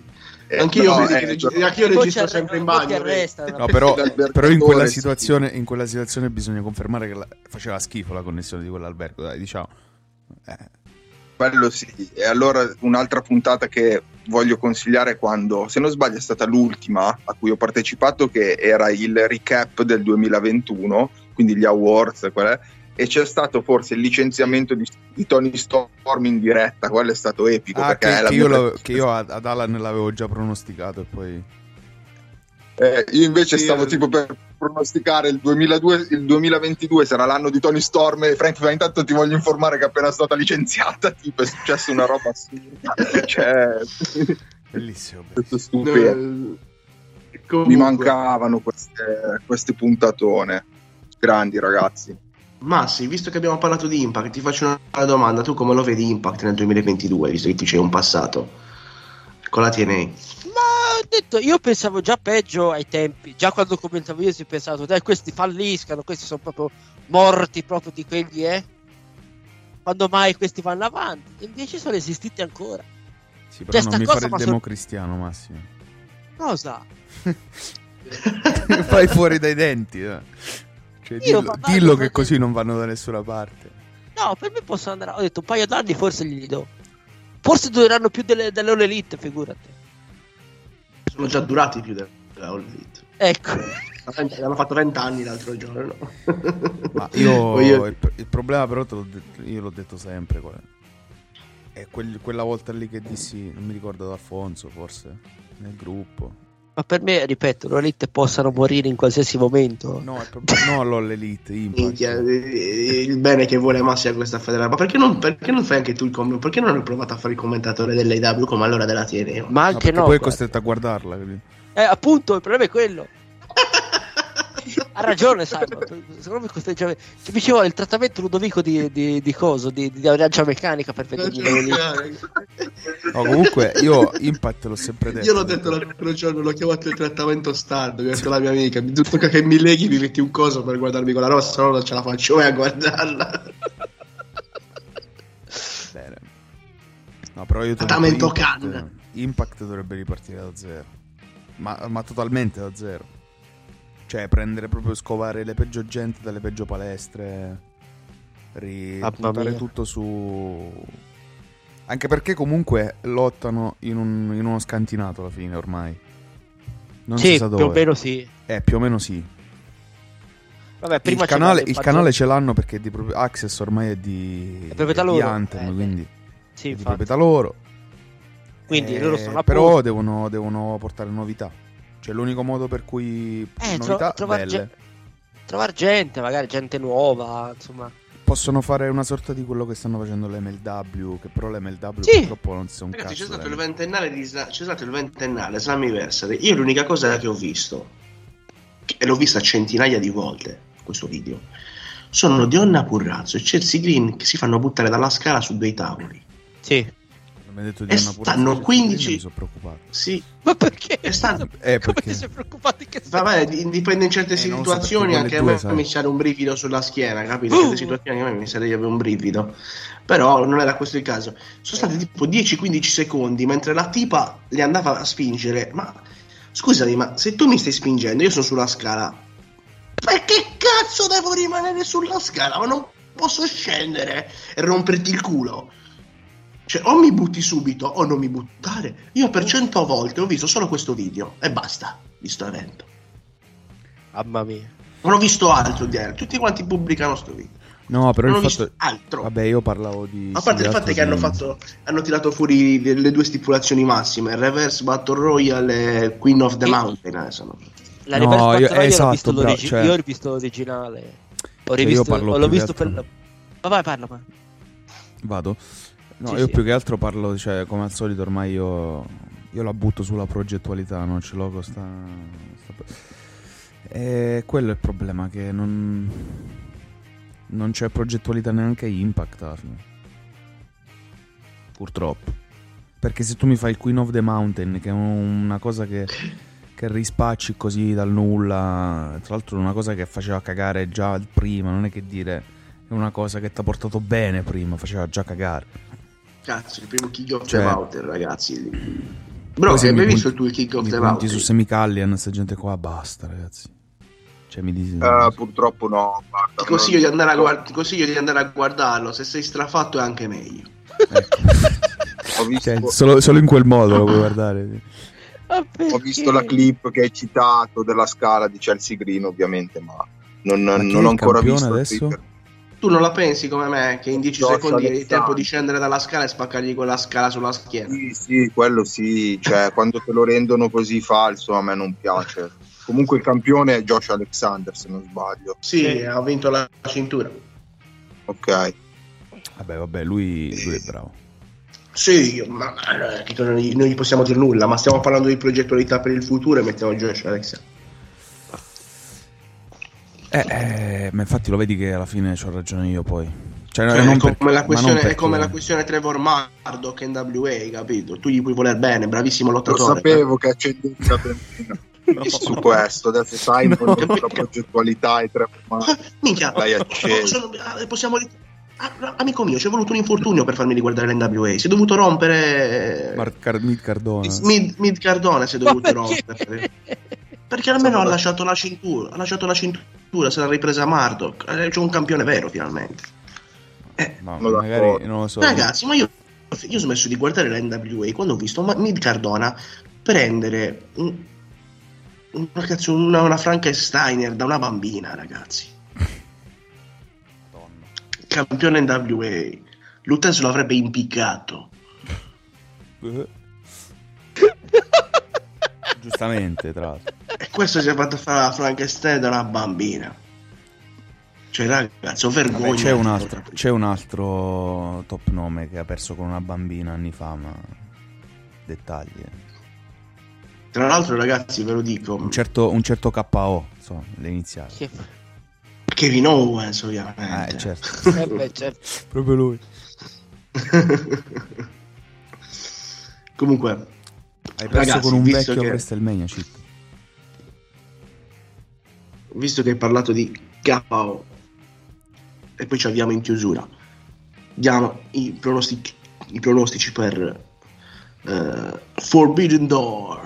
Anch'io no, registro sempre in bagno. No, però in quella situazione bisogna confermare che faceva schifo la connessione di quell'albergo, dai, diciamo. Quello sì. E allora un'altra puntata che voglio consigliare, quando, se non sbaglio, è stata l'ultima a cui ho partecipato, che era il recap del 2021, quindi gli awards, e c'è stato forse il licenziamento di Tony Storm in diretta. Quello è stato epico, perché che io ad Alan l'avevo già pronosticato, e poi io invece stavo tipo per pronosticare il 2022 sarà l'anno di Tony Storm, e Frank, intanto ti voglio informare che è appena stata licenziata, tipo è successa una roba assurda. Cioè, bellissimo. Stupendo. Mi mancavano queste puntatone. Grandi, ragazzi. Massi, visto che abbiamo parlato di Impact, ti faccio una domanda: tu come lo vedi Impact nel 2022, visto che tu c'hai un passato con la TNA? Ma ho detto, io pensavo già peggio ai tempi, già quando commentavo io si pensavo, dai, questi falliscano, questi sono proprio morti proprio di quelli, quando mai questi vanno avanti, e invece sono esistiti ancora. Sì, però non mi fare il democristiano, Massimo. Cosa? Fai fuori dai denti, Cioè, dillo che così non vanno da nessuna parte. No, per me possono andare, ho detto un paio d'anni forse gli do, forse dureranno più delle All Elite, figurati. Sono già durati più della All Elite. Ecco. Hanno fatto 20 anni l'altro giorno. Ma il problema però io l'ho detto sempre, è quella volta lì che dissi, non mi ricordo, ad Alfonso forse, nel gruppo. Ma per me, ripeto, l'Elite possano morire in qualsiasi momento. No, l'Elite, il bene che vuole Massi a questa federazione. Ma perché non fai anche tu il commento? Perché non hai provato a fare il commentatore dell'AEW come allora della TNA? Ma anche no. Poi è costretto a guardarla. Appunto, il problema è quello. Ha ragione, Simon. Secondo me cioè, mi ci vuole il trattamento Ludovico di coso, di averaggio meccanica per vedermi. No, comunque io Impact l'ho sempre detto. Io l'ho detto l'altro giorno, l'ho chiamato il trattamento Stard, mi ha detto la mia amica, mi tocca che mi leghi, mi metti un coso per guardarmi con la rossa, no, non ce la faccio mai a guardarla. Bene. No, però io trattamento Impact dovrebbe ripartire da zero. Ma totalmente da zero. Cioè prendere proprio, scovare le peggio gente dalle peggio palestre, ripuntare tutto su... Anche perché comunque lottano in uno scantinato alla fine ormai. Non si sa dove. Più o meno sì. Più o meno sì. Vabbè, prima il canale ce l'hanno perché di Access ormai è di Anthem, quindi sì, è di proprietà loro. Quindi loro sono a però devono portare novità. Cioè l'unico modo per cui novità trovare gente, magari gente nuova, insomma. Possono fare una sorta di quello che stanno facendo l'MLW, che però l'MLW purtroppo non si sa un cazzo. C'è stato il ventennale Slammiversary. Io l'unica cosa che ho visto, e l'ho vista centinaia di volte questo video, sono Dionna Purrazzo e Chelsea Green che si fanno buttare dalla scala su dei tavoli. Sì. E stanno 15. Mi sono preoccupato. Sì. Ma perché? Stanno... Come ti sei preoccupato? Vabbè, dipende in certe situazioni. Anche a me mi sale un brivido sulla schiena, capito? In certe situazioni a me mi sale di avere un brivido. Però non era questo il caso. Sono stati tipo 10-15 secondi mentre la tipa li andava a spingere. Ma scusami, ma se tu mi stai spingendo, io sono sulla scala, perché cazzo devo rimanere sulla scala? Ma non posso scendere e romperti il culo. Cioè, o mi butti subito o non mi buttare. Io per 100 volte ho visto solo questo video e basta di sto evento. Mamma mia. Non ho visto altro di altro. Tutti quanti pubblicano sto video. No, però non il ho fatto... visto altro. Vabbè, io parlavo di... A parte il fatto che hanno tirato fuori le due stipulazioni massime, Reverse Battle Royale e Queen of the Mountain. La Reverse Battle Royale esatto, io ho rivisto l'originale. L'ho visto per... Vai, parla. Vado? No, io più che altro parlo, cioè, come al solito ormai io la butto sulla progettualità, non ce l'ho costa. E quello è il problema, che non c'è progettualità neanche Impact alla fine. Purtroppo. Perché se tu mi fai il Queen of the Mountain, che è una cosa che rispacci così dal nulla, tra l'altro una cosa che faceva cagare già prima, non è che dire è una cosa che ti ha portato bene prima, faceva già cagare. Cazzo, il primo King of the Mountain, ragazzi. Bro, se hai mi mai punti- visto il tuo Kick of mi the punti Mountain? su Semicallian, sta gente qua, basta, ragazzi. Cioè, mi dici... Purtroppo no. Guarda, Ti consiglio di andare a guardarlo, se sei strafatto è anche meglio. Ho visto, Cioè, solo in quel modo lo puoi guardare. ho visto la clip che hai citato della scala di Chelsea Green, ovviamente, ma non chi è ho il ancora campione visto adesso? Twitter. Tu non la pensi come me, che in 10 Josh secondi hai Alexander. tempo di scendere dalla scala e spaccargli quella scala sulla schiena? Sì, quello sì, cioè quando te lo rendono così falso a me non piace. Comunque il campione è Josh Alexander, se non sbaglio. Sì, ha vinto la cintura. Ok. Vabbè, lui è bravo. Sì, ma non gli possiamo dire nulla, ma stiamo parlando di progettualità per il futuro e mettiamo Josh Alexander. Ma infatti lo vedi che alla fine c'ho ragione io poi. Cioè, Cioè, non è, come per- la ma questione, non è come perché- la questione Trevor Murdoch NWA, capito? Tu gli puoi voler bene, bravissimo Lo lottatore. sapevo che accendevi la benzina su questo. Adesso sai la progettualità e tre Minchia, l'hai acceso. possiamo amico mio, c'è voluto un infortunio per farmi riguardare l'NWA. Si è dovuto rompere Mid Cardona. Mid Cardona si è dovuto Ma perché? rompere. Perché almeno ha lasciato la cintura, se l'ha ripresa Murdoch. C'è un campione vero finalmente. Ma Sono magari d'accordo. non lo so. Ragazzi, ma io ho smesso di guardare la NWA quando ho visto Mid Cardona prendere una Frankensteiner da una bambina, ragazzi. Campione NWA. Lutens lo avrebbe impiccato. Giustamente, tra l'altro. E questo si è fatto fare la Frankenstein da una bambina. Cioè, ragazzi, ho vergogna. Vabbè, c'è un altro top nome che ha perso con una bambina anni fa, ma dettagli. Tra l'altro, ragazzi, ve lo dico. Un certo KO, insomma, le iniziali. Kevin Owens, ovviamente. Certo. Certo. Proprio lui. Comunque, Hai perso ragazzi, con un visto vecchio che- WrestleMania, Chip. visto che hai parlato di KO e poi ci avviamo in chiusura, diamo i pronostici per Forbidden Door,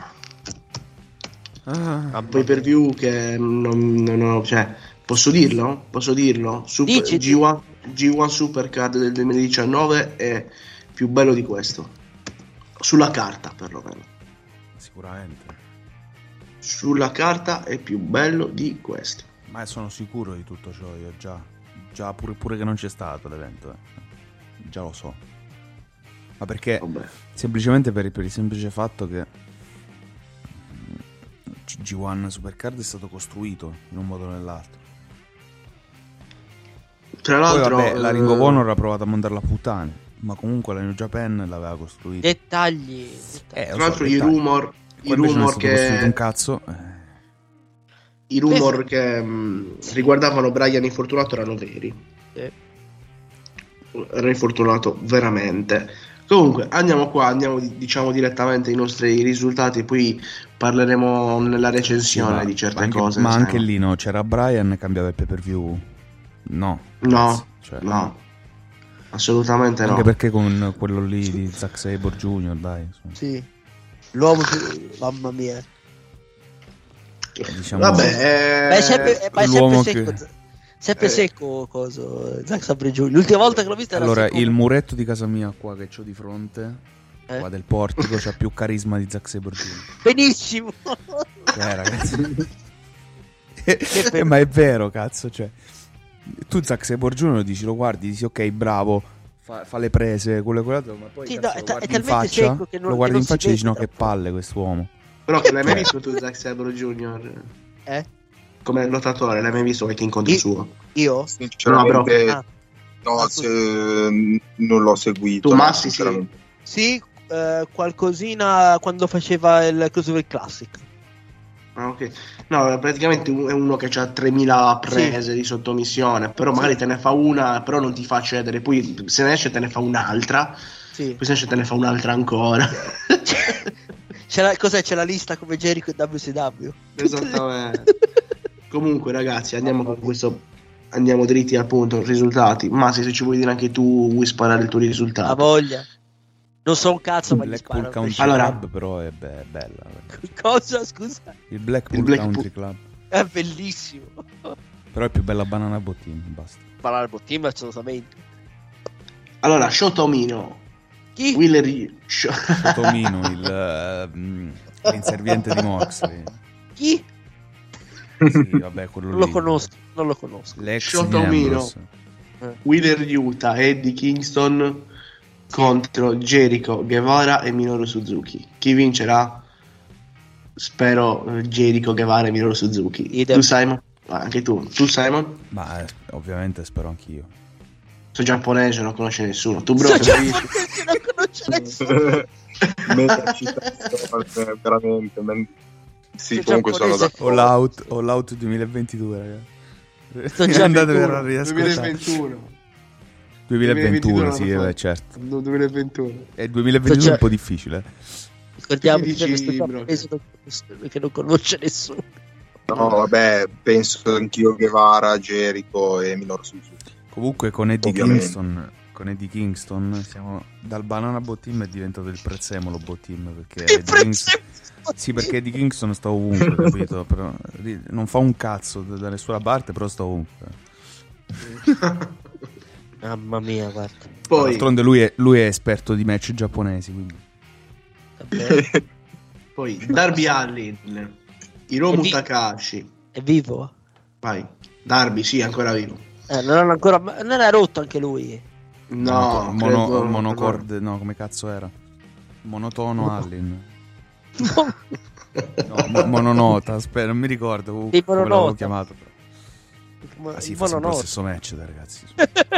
pay per view che non ho, cioè, posso dirlo? Dici. G1 Supercard del 2019 è più bello di questo, sulla carta perlomeno. Sicuramente. Sulla carta è più bello di questo. Ma sono sicuro di tutto ciò, io già pure che non c'è stato l'evento, già lo so. Ma perché Vabbè. semplicemente per il semplice fatto che G1 Supercard è stato costruito in un modo o nell'altro. Tra Poi l'altro, vabbè, la Ring of Honor ha provato a mandarla a puttane, ma comunque la New Japan l'aveva costruita. Dettagli. tra l'altro i rumor costruito un che cazzo. riguardavano Brian infortunato erano veri. Era infortunato veramente. Comunque andiamo diciamo direttamente ai nostri risultati, poi parleremo nella recensione di certe cose. Ma sai, anche no? lì no, c'era Brian e cambiava il pay per view. No, cioè, no, assolutamente anche no. perché con quello lì di Zack Sabre Jr., dai, insomma, Sì. L'uomo mamma mia. diciamo, Vabbè, Ma è sempre l'uomo secco. che- Sempre secco coso Zack Sabre Jr. L'ultima volta che l'ho visto era allora secco. il muretto di casa mia qua che c'ho di fronte, Eh? qua del portico, c'ha più carisma di Zack Sabre Jr. Benissimo. Ragazzi. Ma è vero, cazzo, cioè tu Zack Sabre Jr. dici, lo guardi, dici ok, bravo, fa le prese, quello e quell'altro, ma poi Sì, cazzo, no, è lo guardi in talmente faccia, secco che non- lo guardi che in non si faccia e dici no, vede che palle quest'uomo. però che l'hai mai visto tu Zack Sabre Jr.? Come lottatore, l'hai mai visto qualche incontro Io- suo? Io? Sinceramente, Ah. no, Ah, non l'ho seguito. Tu, no, Massi, sì. sinceramente. Sì, qualcosina quando faceva il Cruiserweight Classic. Ah, ok. No, praticamente è uno che ha 3000 prese di sottomissione, però magari te ne fa una, però non ti fa cedere, poi se ne esce te ne fa un'altra, Sì. poi se ne esce te ne fa un'altra ancora. Cos'è? C'è la lista come Jericho e WCW. Esattamente. Comunque ragazzi, andiamo con questo, andiamo dritti al punto, risultati. Ma se ci vuoi dire anche tu, vuoi sparare il tuo risultato? La voglia. Non so un cazzo, ma gli Blackpool sparo. Country Allora- Club però è bella. Cosa, scusa? Il Blackpool, Il Blackpool- Country Club. È bellissimo. Però è più bella Banana Boat Team, basta. Parlare team assolutamente. Allora, Shotomino, Chi? Willer Tomino, l'inserviente di Moxley. Chi? Sì, vabbè, quello Non lo lì. conosco. L'ex Shotomino. Ambrose. Wheeler Yuta, Eddie Kingston contro Jericho, Guevara e Minoru Suzuki. Chi vincerà? Spero Jericho, Guevara e Minoru Suzuki. Idem. Tu Simon? Anche tu. Tu Simon? Ma ovviamente spero anch'io. Sono giapponese, non conosce nessuno. Tu bro, So che già dici? perché non conosce nessuno. Veramente. Sì, Sei comunque sono giapponese. d'accordo. All Out 2022, ragazzi. Sto già Andate a riascoltare. 2021. 2021, sì, non lo so. certo. No, 2021. E 2022 è Cioè- un po' difficile. Ricordiamo Che che dici, questo bro? giapponese che non conosce nessuno. No, vabbè, penso anch'io Guevara, Jericho e Minoru Suzuki. Comunque con Eddie Ovviamente. Kingston siamo dal Banana Boat Team è diventato il Prezzemolo Boat Team perché Eddie Kingston, sì, perché Eddie Kingston sta ovunque, capito? Però, non fa un cazzo da nessuna parte, però sta ovunque. Mamma mia, guarda. Poi, D'altronde lui è esperto di match giapponesi, quindi. Vabbè. poi Darby Allin, Hiromu Takahashi. È vivo? Vai. Darby, sì, ancora vivo. Non era rotto anche lui. No, monocord, no, come cazzo era? Monotono Allin. No, mononota, aspetta, non mi ricordo Sì, come l'avevo mononota. chiamato. Però. Ah sì, fa sempre lo stesso match, dai, ragazzi.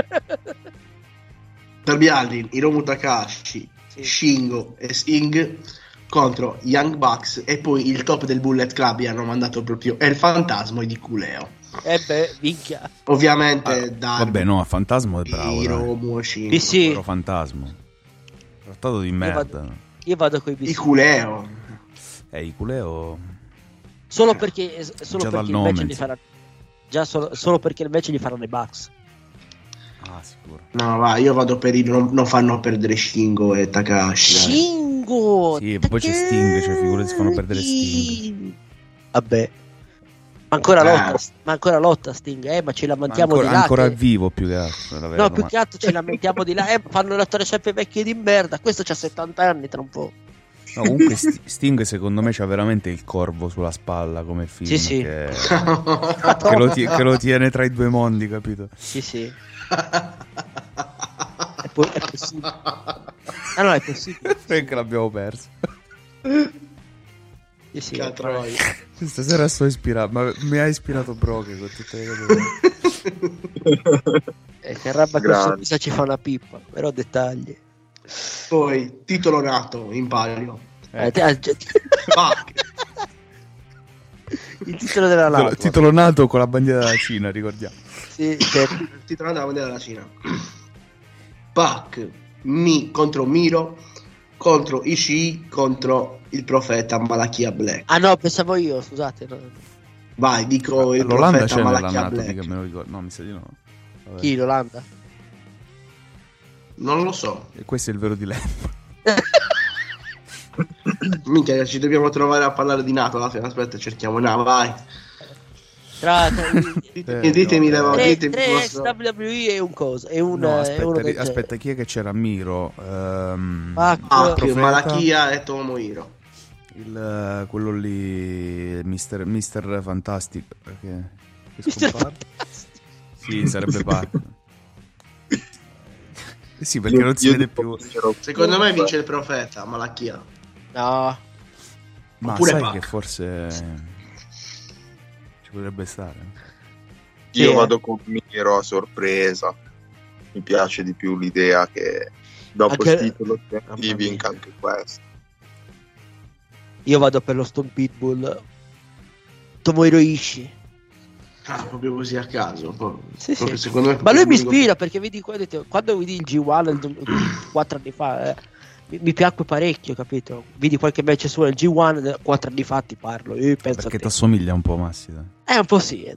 Darby Allin, Hiromu Takahashi, Sì. Shingo e Sting contro Young Bucks e poi il top del Bullet Club gli hanno mandato proprio il fantasma di Culeo. Minchia. Ovviamente Darby, Vabbè, no, Fantasma è bravo, dai. Hiromu e Shingo. Sì, sì. Povero Fantasma. Trattato di merda. Io vado coi I bis. Culeo. Iculeo. Solo perché Già dal il nome, match gli sì. farà. Già solo perché il match gli faranno i Bucks. Ah, sicuro. No, va, io vado per il non fanno perdere Shingo e Takahashi. dai. Shingo! Sì, poi c'è Sting, cioè figurati si fanno perdere Sting. Vabbè. Ma ancora lotta Sting, ma ce lamentiamo Ancora, di là. ancora che- vivo più che altro. la vera No, più domanda. che altro ci lamentiamo di là. Fanno lottare sempre vecchi di merda. Questo c'ha 70 anni tra un po'. No, comunque Sting secondo me c'ha veramente il corvo sulla spalla come film. Sì, sì. Che lo tiene tra i due mondi, capito? Sì, sì. È possibile. Ah no, è possibile. Frank l'abbiamo perso. Sì, sì. Catroi. Stasera sto ispirato, ma mi ha ispirato Broche con tutte le cose. Che roba Grande. cosa ci fa una pippa, però dettagli. Poi titolo nato in palio. Fuck. Il titolo della live. Titolo nato con la bandiera della Cina, ricordiamo. Sì, certo. Il titolo della bandiera della Cina. Pac contro Miro contro Ishii contro il profeta Malakia Black. Ah no, pensavo io, scusate. No. Vai, dico il L'Olanda profeta c'è Malakia nell'annata Black. che me lo ricordo. No, mi sa di no. Vabbè. Chi, l'Olanda? Non lo so. E questo è il vero dilemma. Minchia, ci dobbiamo trovare a parlare di NATO alla fine. Aspetta, cerchiamo. No, vai. Ditemi le tre ex WWE e un coso. E un, No, e uno del aspetta, chi è che c'era? Miro, Pac, Profeta, Malakia e Tomohiro. quello lì, Mister Fantastic. Che Mister scompare. Sì, sarebbe Pac. Sì, perché non si vede più. Secondo me vince il profeta Malakia. No. Ma Oppure sai Pac. che forse ci potrebbe stare. Io Sì. vado con Miro a sorpresa. Mi piace di più l'idea che dopo Anche- il titolo Mamma ti mia. vinca anche questo. Io vado per lo Stone Pitbull. Tomohiro Ishii. Ah, proprio così a caso. Sì, Proprio sì. secondo me Ma lui mi proprio- ispira perché vedi quando vedi il G1 4 anni fa, mi piacque parecchio, capito? Vedi qualche match su il G1 4 anni fa, ti parlo. Io penso Perché a ti te. assomiglia un po', Massi. Dai. È un po' sì.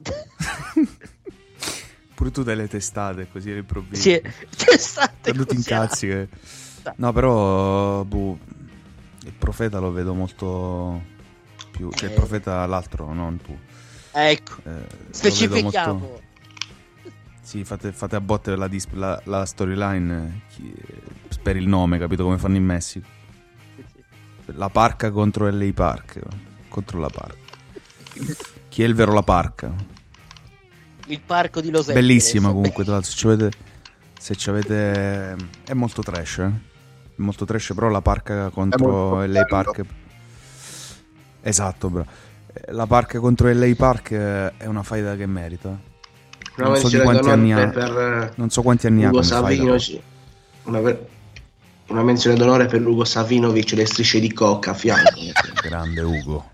Pure tu dai le testate così all'improvviso. Sì, testate Quando ti così. incazzi che... No, però il profeta lo vedo molto più. Cioè il profeta l'altro, non tu. Ecco, specifichiamo. Molto... Sì, fate a botte la storyline per il nome, capito come fanno in Messico. La Parca contro LA Park. Contro la Parca. Chi è il vero La Parca? Il parco di Los Angeles. Bellissima comunque, tra l'altro, se ci avete è molto trash, È molto trash, però la Parca contro LA Park. Esatto, bro. La Parca contro LA Park è una faida che merita. Non so di quanti anni ha. Non so quanti anni ha. Ugo Savinovic. Una menzione d'onore per Ugo Savinovic, le strisce di coca a fianco. Grande Ugo.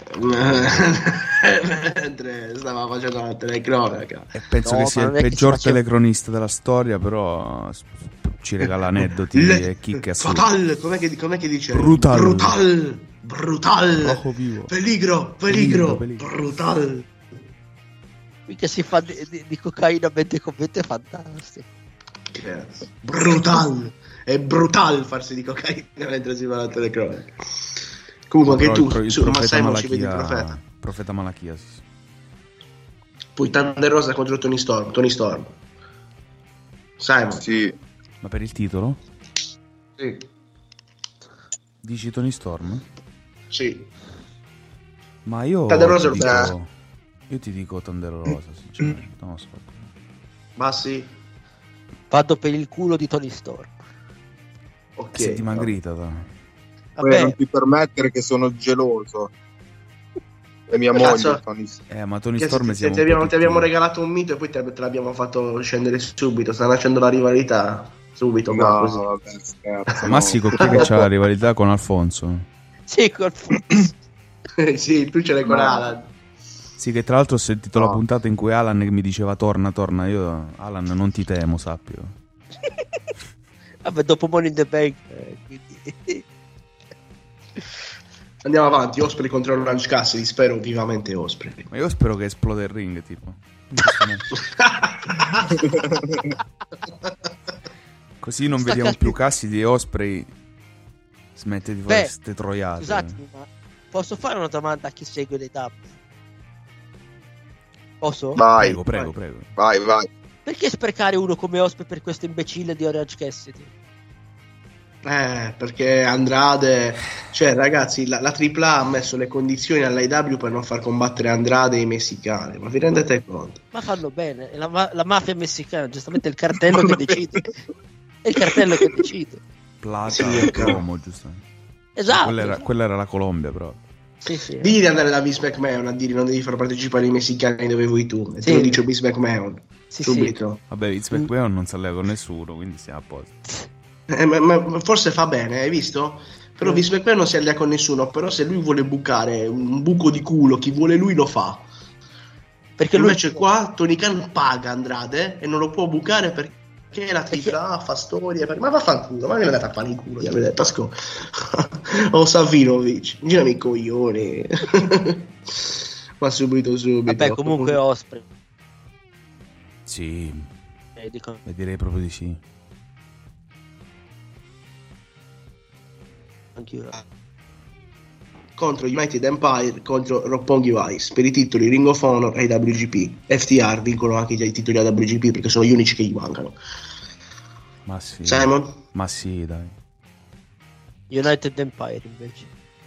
Mentre stava facendo la telecronaca. E penso che sia il peggior telecronista della storia, però ci regala aneddoti e chicche assurde. Fatal, com'è che dice? Brutal. Peligro, brutal. Mica si fa di cocaina mentre commenta, è fantastico. Brutal. È brutal farsi di cocaina mentre si fa la telecronaca. Comunque anche tu, ma Simon ci vedi il profeta. Profeta Malachia, sì. Poi Thunder Rosa contro Tony Storm. Simon. Sì. Ma per il titolo? Sì. Dici Tony Storm? Sì. Ma io Thunder Rosa ti dico Thunder Rosa, sinceramente. Non lo so. Ma sì. Vado per il culo di Tony Storm. Ok. Sei dimagrita, dai. Vabbè, non ti permettere che sono geloso. E mia moglie ma Tony Storm ti abbiamo regalato un mito e poi te l'abbiamo fatto scendere subito. Sta nascendo la rivalità subito. No, vabbè, scherzo, Massico, chi è che c'ha la rivalità con Alfonso? Sì, con Alfonso. Sì, tu ce l'hai con Alan. Sì, che tra l'altro ho sentito la puntata in cui Alan mi diceva torna. Io, Alan, non ti temo, sappio. Vabbè, dopo Money in the Bank, quindi... Andiamo avanti. Osprey contro Orange Cassidy. Spero vivamente Osprey. Ma io spero che esplode il ring, tipo. Così non vediamo più Cassidy e Osprey. Smette di fare queste troiate. Scusatemi, ma posso fare una domanda a chi segue le tab? Posso? Vai. Prego. Vai. Perché sprecare uno come Osprey per questo imbecille di Orange Cassidy? Perché Andrade, cioè ragazzi, la AAA ha messo le condizioni all'AEW per non far combattere Andrade e i messicani, ma vi rendete conto? Ma fanno bene, la mafia messicana, giustamente è il cartello che decide. È il cartello che decide. Plata e cromo, giustamente. Esatto. Quella era la Colombia, però. Sì. Digli di andare da Vince McMahon a dire non devi far partecipare i messicani dove vuoi tu. E te lo dice Vince McMahon. Subito. Vabbè, Vince McMahon non si allea con nessuno, quindi siamo a posto. Ma forse fa bene, hai visto? Però Vince McMahon non si allea con nessuno. Però se lui vuole bucare un buco di culo, chi vuole lui lo fa. Perché invece qua Tony Khan paga Andrade e non lo può bucare perché la AAA fa storie. Ma vaffanculo, ma che l'avete a fare in culo? Gli avete detto, asco. O Savinovic, girami i coglioni. Ma subito. Vabbè, comunque Osprey. Sì. Direi proprio di sì. Anch'io. Contro United Empire, contro Roppongi Vice per i titoli Ring of Honor e WGP. FTR vincono anche i titoli a WGP perché sono gli unici che gli mancano. Ma sì. Simon? Ma sì, dai. United Empire invece.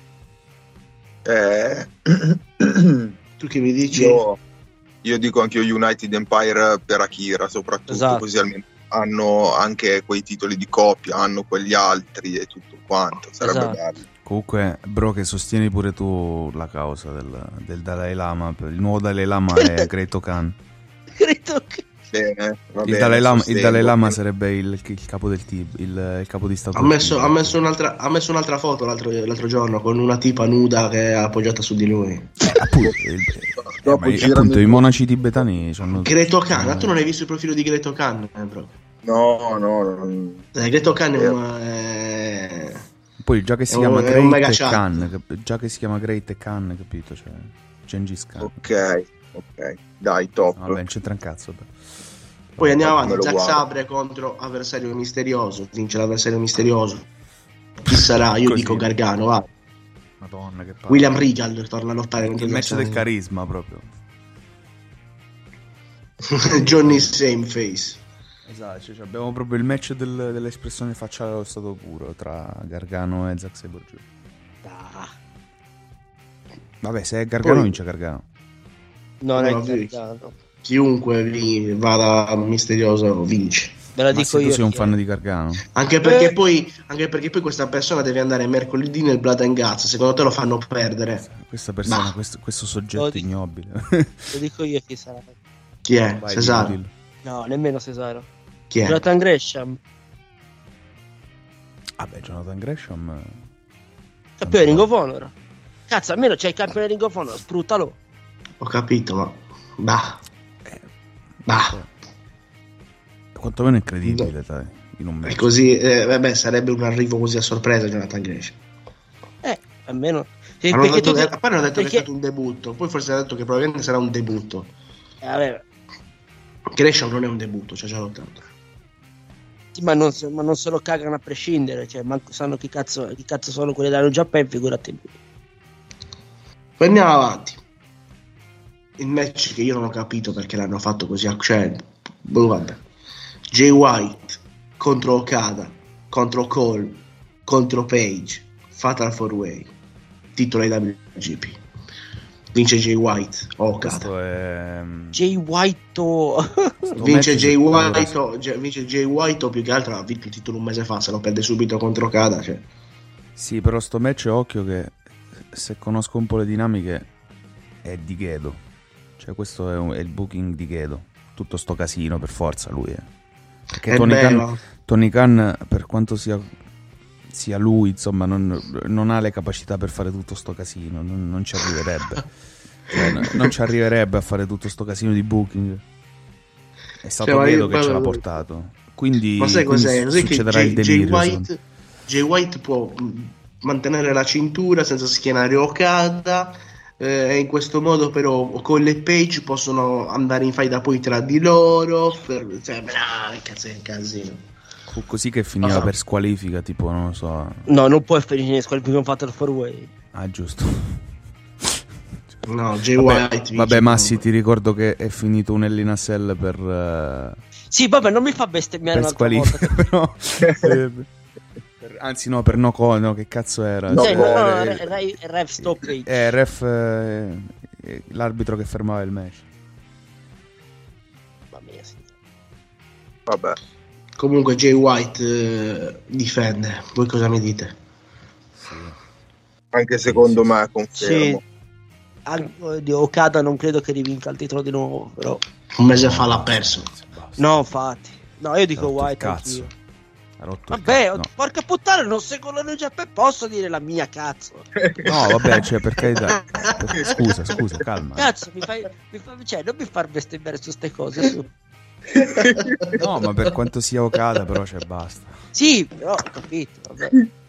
Tu che mi dici? Io dico anche io United Empire per Akira soprattutto, esatto. Così almeno hanno anche quei titoli di coppia, hanno quegli altri e tutto quanto, sarebbe bello. Comunque, bro, che sostieni pure tu la causa del Dalai Lama. Il nuovo Dalai Lama è Great Khan. Bene, il Dalai Lama sarebbe il capo del il capo di stato. Ha messo un'altra foto l'altro giorno con una tipa nuda che è appoggiata su di lui. Appunto i monaci tibetani sono. Great Khan, tu non hai visto il profilo di Great Khan, bro? No. Great Khan è poi già che si chiama Great Khan, già che si chiama Great Khan, capito? Cioè Gengis Khan. Ok, dai, top. Vabbè, non c'entra un cazzo. Poi andiamo avanti, Me lo Zack guardo. Sabre contro avversario misterioso, vince l'avversario misterioso. Chi sarà? Io Così. dico Gargano, va. Madonna, che palle. William Regal torna a lottare contro Il match Zack del Sabre. carisma proprio. Johnny Sameface. Esatto, cioè, abbiamo proprio il match dell'espressione facciale allo stato puro tra Gargano e Zack Sabre Jr. Ah, Vabbè, se è Gargano Poi- vince Gargano. non No, è sì. Gargano. Chiunque vada misterioso vince. Ve la Ma dico se tu io. sei un chi è. fan di Gargano. Anche perché poi questa persona deve andare mercoledì nel Blood and Guts. Secondo te lo fanno perdere? Questa persona, Ma- questo soggetto Lo dico. ignobile. Ve dico io chi sarà. Chi è? Vai, Cesaro? dillo. No, nemmeno Cesaro. Chi è? Jonathan Gresham, Vabbè, Jonathan Gresham. campione Ring of Honor. Cazzo, almeno c'è il campione Ring of Honor, sfruttalo. Ho capito, ma... Bah. Quantomeno è credibile, dai. In un È match. così... vabbè, sarebbe un arrivo così a sorpresa Jonathan Gresham. Almeno. Hanno Perché detto, tu... a parte hanno detto che è perché- stato un debutto. Poi forse hanno detto che probabilmente sarà un debutto. vabbè, Gresham non è un debutto, c'ha già lottato. sì, ma non se lo cagano a prescindere. Cioè, manco sanno chi cazzo sono quelli da New Japan, figurati. Poi andiamo avanti. Il match che io non ho capito perché l'hanno fatto così a vabbè. Jay White contro Okada, contro Cole, contro Page, Fatal 4-Way, titolo IWGP. Vince Jay White o Okada. Questo è. Jay White. Vince Jay White. White o più che altro ha vinto il titolo un mese fa, se lo perde subito contro Okada. Cioè. Sì, però sto match occhio che se conosco un po' le dinamiche è di Gedo. Cioè questo è il booking di Gedo. Tutto sto casino per forza lui è. Perché È bello. Tony Khan, per quanto sia lui, insomma, non ha le capacità per fare tutto sto casino, non ci arriverebbe. Cioè, non ci arriverebbe a fare tutto sto casino di booking. È stato Cioè, Gedo che ce l'ha portato. Quindi, Ma sai cos'è? Cos'è che succederà il delirio. Jay White può mantenere la cintura senza schienare Okada, e in questo modo però Cole e Page possono andare in faida poi tra di loro, cioè, cazzo è un casino. Fu così che finiva per squalifica, tipo, non lo so. No, non può finire squalifica, abbiamo fatto il 4-way. Ah, giusto. No, Jay White vince. Vabbè, Massi, ti ricordo che è finito un Hell in a Cell per Sì, vabbè, non mi fa bestemmiare un'altra squalifica, volta. però anzi no, per no call, no, che cazzo era? No, Ref stoppage. Ref, l'arbitro che fermava il match. Mamma mia, sì. Vabbè. Comunque Jay White difende. Voi cosa mi dite? Anche secondo me confermo. Sì. Anche di Okada non credo che rivinca il titolo di nuovo, però. Un mese fa l'ha perso. No, infatti. No, io dico Ha rotto il White cazzo. anch'io. Ha rotto il Vabbè, cazzo, no. porca puttana, non seguo la New Japan, posso dire la mia cazzo. No, vabbè, cioè, per carità. Scusa, calma. Cazzo, cioè, non mi far bestemmiare su ste cose. Su. No, ma per quanto sia Okada, però, cioè, basta. Sì, però ho capito, vabbè.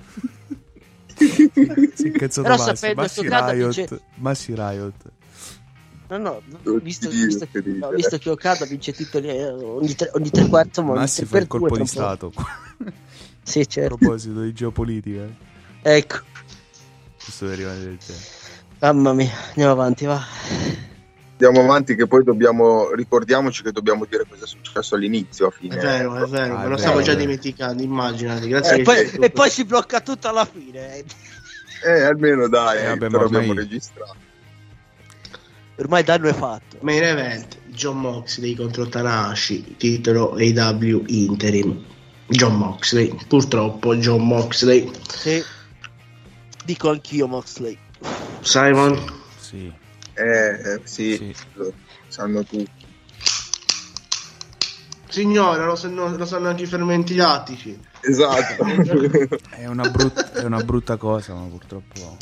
Si è incazzato Però Massi. sapendo Massi che Okada Riot. vince- Massi Riot. No, Oddio, visto che ridere. visto che Okada vince titoli ogni tre quarti, insomma, Massi ogni fa tre il per colpo due, di tra un po'. stato. Sì, A certo. proposito di geopolitica. Ecco, Questo deriva del te. mamma mia, andiamo avanti, va. Andiamo avanti che poi ricordiamoci che dobbiamo dire cosa è successo all'inizio, a fine. È vero, Ah, me è lo stavo vero, già è vero. dimenticando, immaginati. Grazie E che c'è poi, tutto. e poi si blocca tutto alla fine. Almeno dai, Vabbè, però ma ormai- abbiamo registrato. Ormai il danno è fatto. Main event, John Moxley contro Tanahashi, titolo AW Interim. John Moxley, purtroppo John Moxley. Sì. Dico anch'io Moxley. Simon, Sì. Sì, Sì. lo sanno tutti. signora, lo sanno anche i fermenti lattici. Esatto. È una brutta cosa, ma purtroppo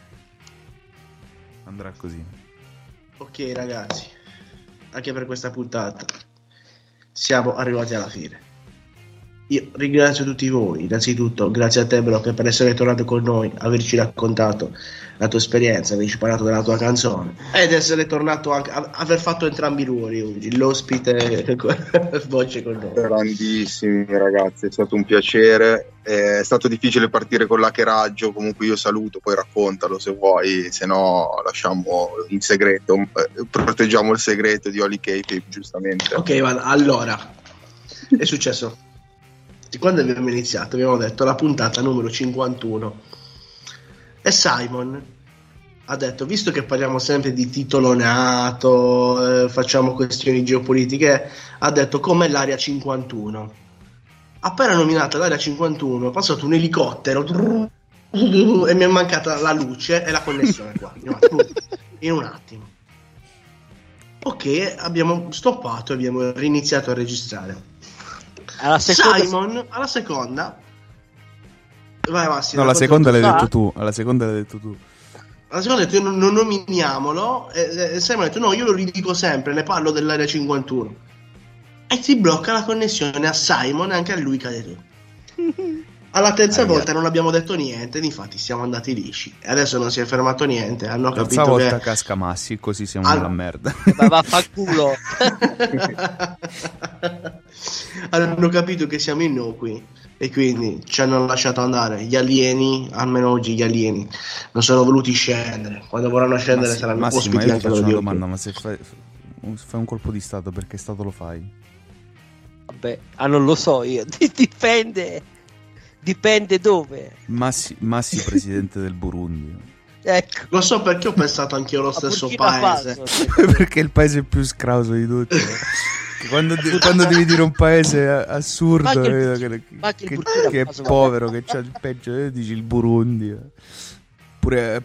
andrà così. Ok ragazzi, anche per questa puntata siamo arrivati alla fine. Io ringrazio tutti voi, innanzitutto grazie a te Brock per essere tornato con noi, averci raccontato la tua esperienza, averci parlato della tua canzone ed essere tornato anche, aver fatto entrambi i ruoli oggi, l'ospite voce con noi. Grandissimi ragazzi, è stato un piacere, è stato difficile partire con l'hackeraggio, comunque io saluto, poi raccontalo se vuoi, se no lasciamo in segreto, proteggiamo il segreto di Oli Kayfabe, giustamente. Ok, allora, è successo. Quando abbiamo iniziato abbiamo detto la puntata numero 51 e Simon ha detto, visto che parliamo sempre di titolo nato, facciamo questioni geopolitiche, ha detto com'è l'area 51. Appena nominata l'area 51 è passato un elicottero e mi è mancata la luce e la connessione qua in un attimo. Ok, abbiamo stoppato e abbiamo riniziato a registrare. Simon alla seconda vai Massimo, no, la seconda l'hai detto tu. Alla seconda ha detto non nominiamolo e Simon ha detto no, io lo ridico sempre, ne parlo dell'area 51 e ti blocca la connessione a Simon e anche a lui cade tu. Alla terza volta non abbiamo detto niente, infatti siamo andati lisci e adesso non si è fermato niente, hanno capito terza volta casca Massi, così siamo nella merda. Vaffanculo. Hanno capito che siamo innocui e quindi ci hanno lasciato andare. Gli alieni, almeno oggi gli alieni non sono voluti scendere, quando vorranno scendere saranno ospiti ma io anche ti faccio loro. una domanda, ma se fai un colpo di stato, perché stato lo fai? Vabbè, non lo so io, dipende dove. Massi presidente del Burundi. Ecco. Lo so perché ho pensato anch'io allo stesso paese. Perché è il paese più scrauso di tutti. Quando devi dire un paese assurdo che è povero, che c'ha il peggio, dici il Burundi. Pure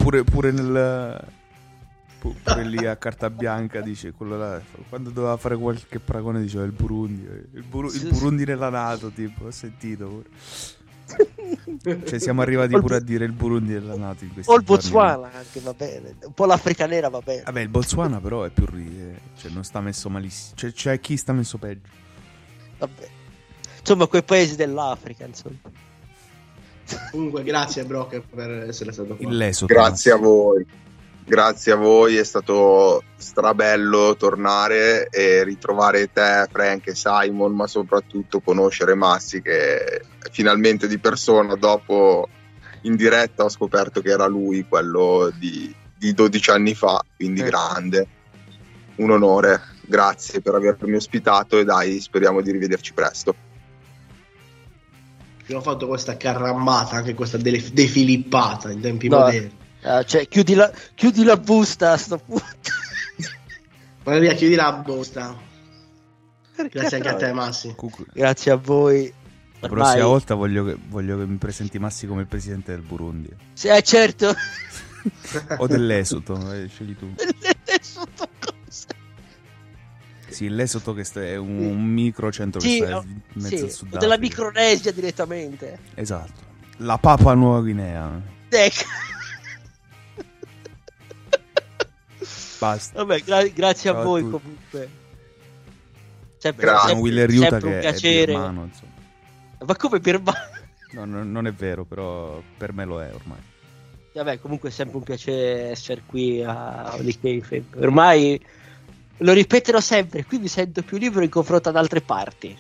lì a carta bianca dice quello là, quando doveva fare qualche paragone diceva il Burundi. Il Burundi nella NATO, tipo, ho sentito pure. Cioè siamo arrivati pure a dire il Burundi della NATO in questi o il giorni. Botswana anche va bene, un po' l'Africa nera va bene. Vabbè, il Botswana però è più cioè non sta messo malissimo, cioè c'è chi sta messo peggio. Vabbè, insomma quei paesi dell'Africa, insomma. Comunque grazie Brock per essere stato qua. Il Lesotho. Grazie a voi, è stato strabello tornare e ritrovare te, Frank e Simon, ma soprattutto conoscere Massi, che finalmente di persona, dopo in diretta ho scoperto che era lui, quello di 12 anni fa, quindi grande, un onore, grazie per avermi ospitato e dai, speriamo di rivederci presto. Abbiamo fatto questa carrambata, anche questa defilippata in tempi moderni. Cioè, chiudi la busta a sto punto. Vai via, chiudi la busta. Grazie anche a te, Massi. Grazie a voi. La prossima volta voglio che mi presenti Massi come il presidente del Burundi. Sì, certo. O dell'Esotho, scegli tu. Dell'Esotho cosa? Sì, l'Esotho che è un micro centro che sta in mezzo al Sudafrica. Della Micronesia direttamente. Esatto. La Papua Nuova Guinea. Ecco. Basta. Vabbè, grazie Ciao a voi tutti. comunque. Grazie a Willer Riuta sempre che un piacere. è birmano, insomma. Ma come birmano? No, non è vero, però per me lo è ormai. Vabbè, comunque è sempre un piacere essere qui a Oli Kayfabe. Ormai lo ripeterò sempre, qui mi sento più libero in confronto ad altre parti.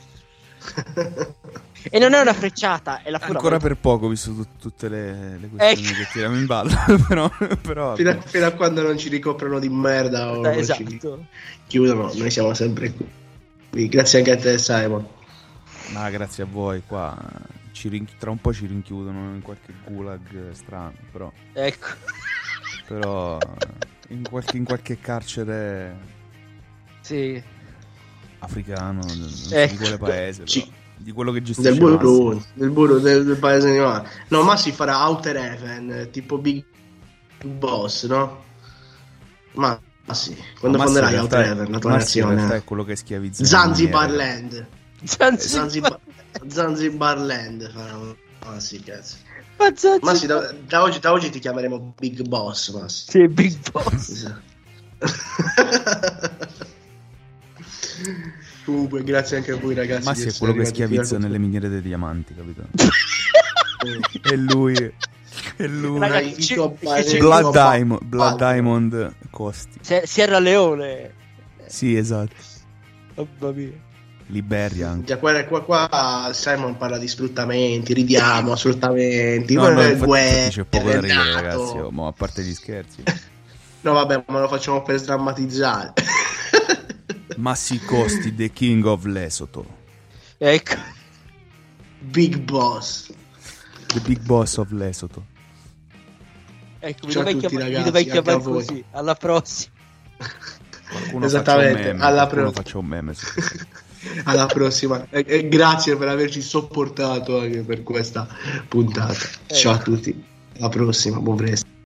E non è una frecciata, è la pura Ancora verità. per poco, visto tutte le questioni che tiriamo in ballo. però fino a quando non ci ricoprono di merda o non ci chiudono, noi siamo sempre qui. Grazie anche a te, Simon. Ma grazie a voi qua. Tra un po' ci rinchiudono in qualche gulag strano, però. Ecco. Però in qualche carcere. Sì. Africano, non so di quale paese, però. Di quello che gestisce del paese animale. No, ma si farà Outer Heaven, tipo Big Boss, no? Ma sì, quando fonderai Outer Heaven, la tua nazione? È quello che schiavizza Zanzibar Land. Zanzibar Land faranno. Ah sì, cazzo. Ma sì, da oggi ti chiameremo Big Boss, ma sì, Big Boss. Comunque, grazie anche a voi, ragazzi. Ma sì, è quello che schiavizza nelle miniere dei diamanti, capito? È lui. Ragazzi, Blood Diamond Costi. Sierra Leone. Sì, esatto. Mamma mia. Liberia anche. Già, qua Simon parla di sfruttamenti, ridiamo a sfruttamenti. No, infatti guerre, c'è poco da ridere, nato. ragazzi. Ma a parte gli scherzi. No, vabbè, ma lo facciamo per sdrammatizzare. Massi Costi, the king of Lesotho. Ecco. Big Boss. The big boss of Lesotho. Ecco, Ciao a tutti, mi ragazzi, dovevi anche chiamare a voi. così. Alla prossima. Qualcuno Esattamente, alla faccia un meme su questo. Alla prossima. E grazie per averci sopportato anche per questa puntata. Ciao a tutti. Alla prossima, buon wrestling.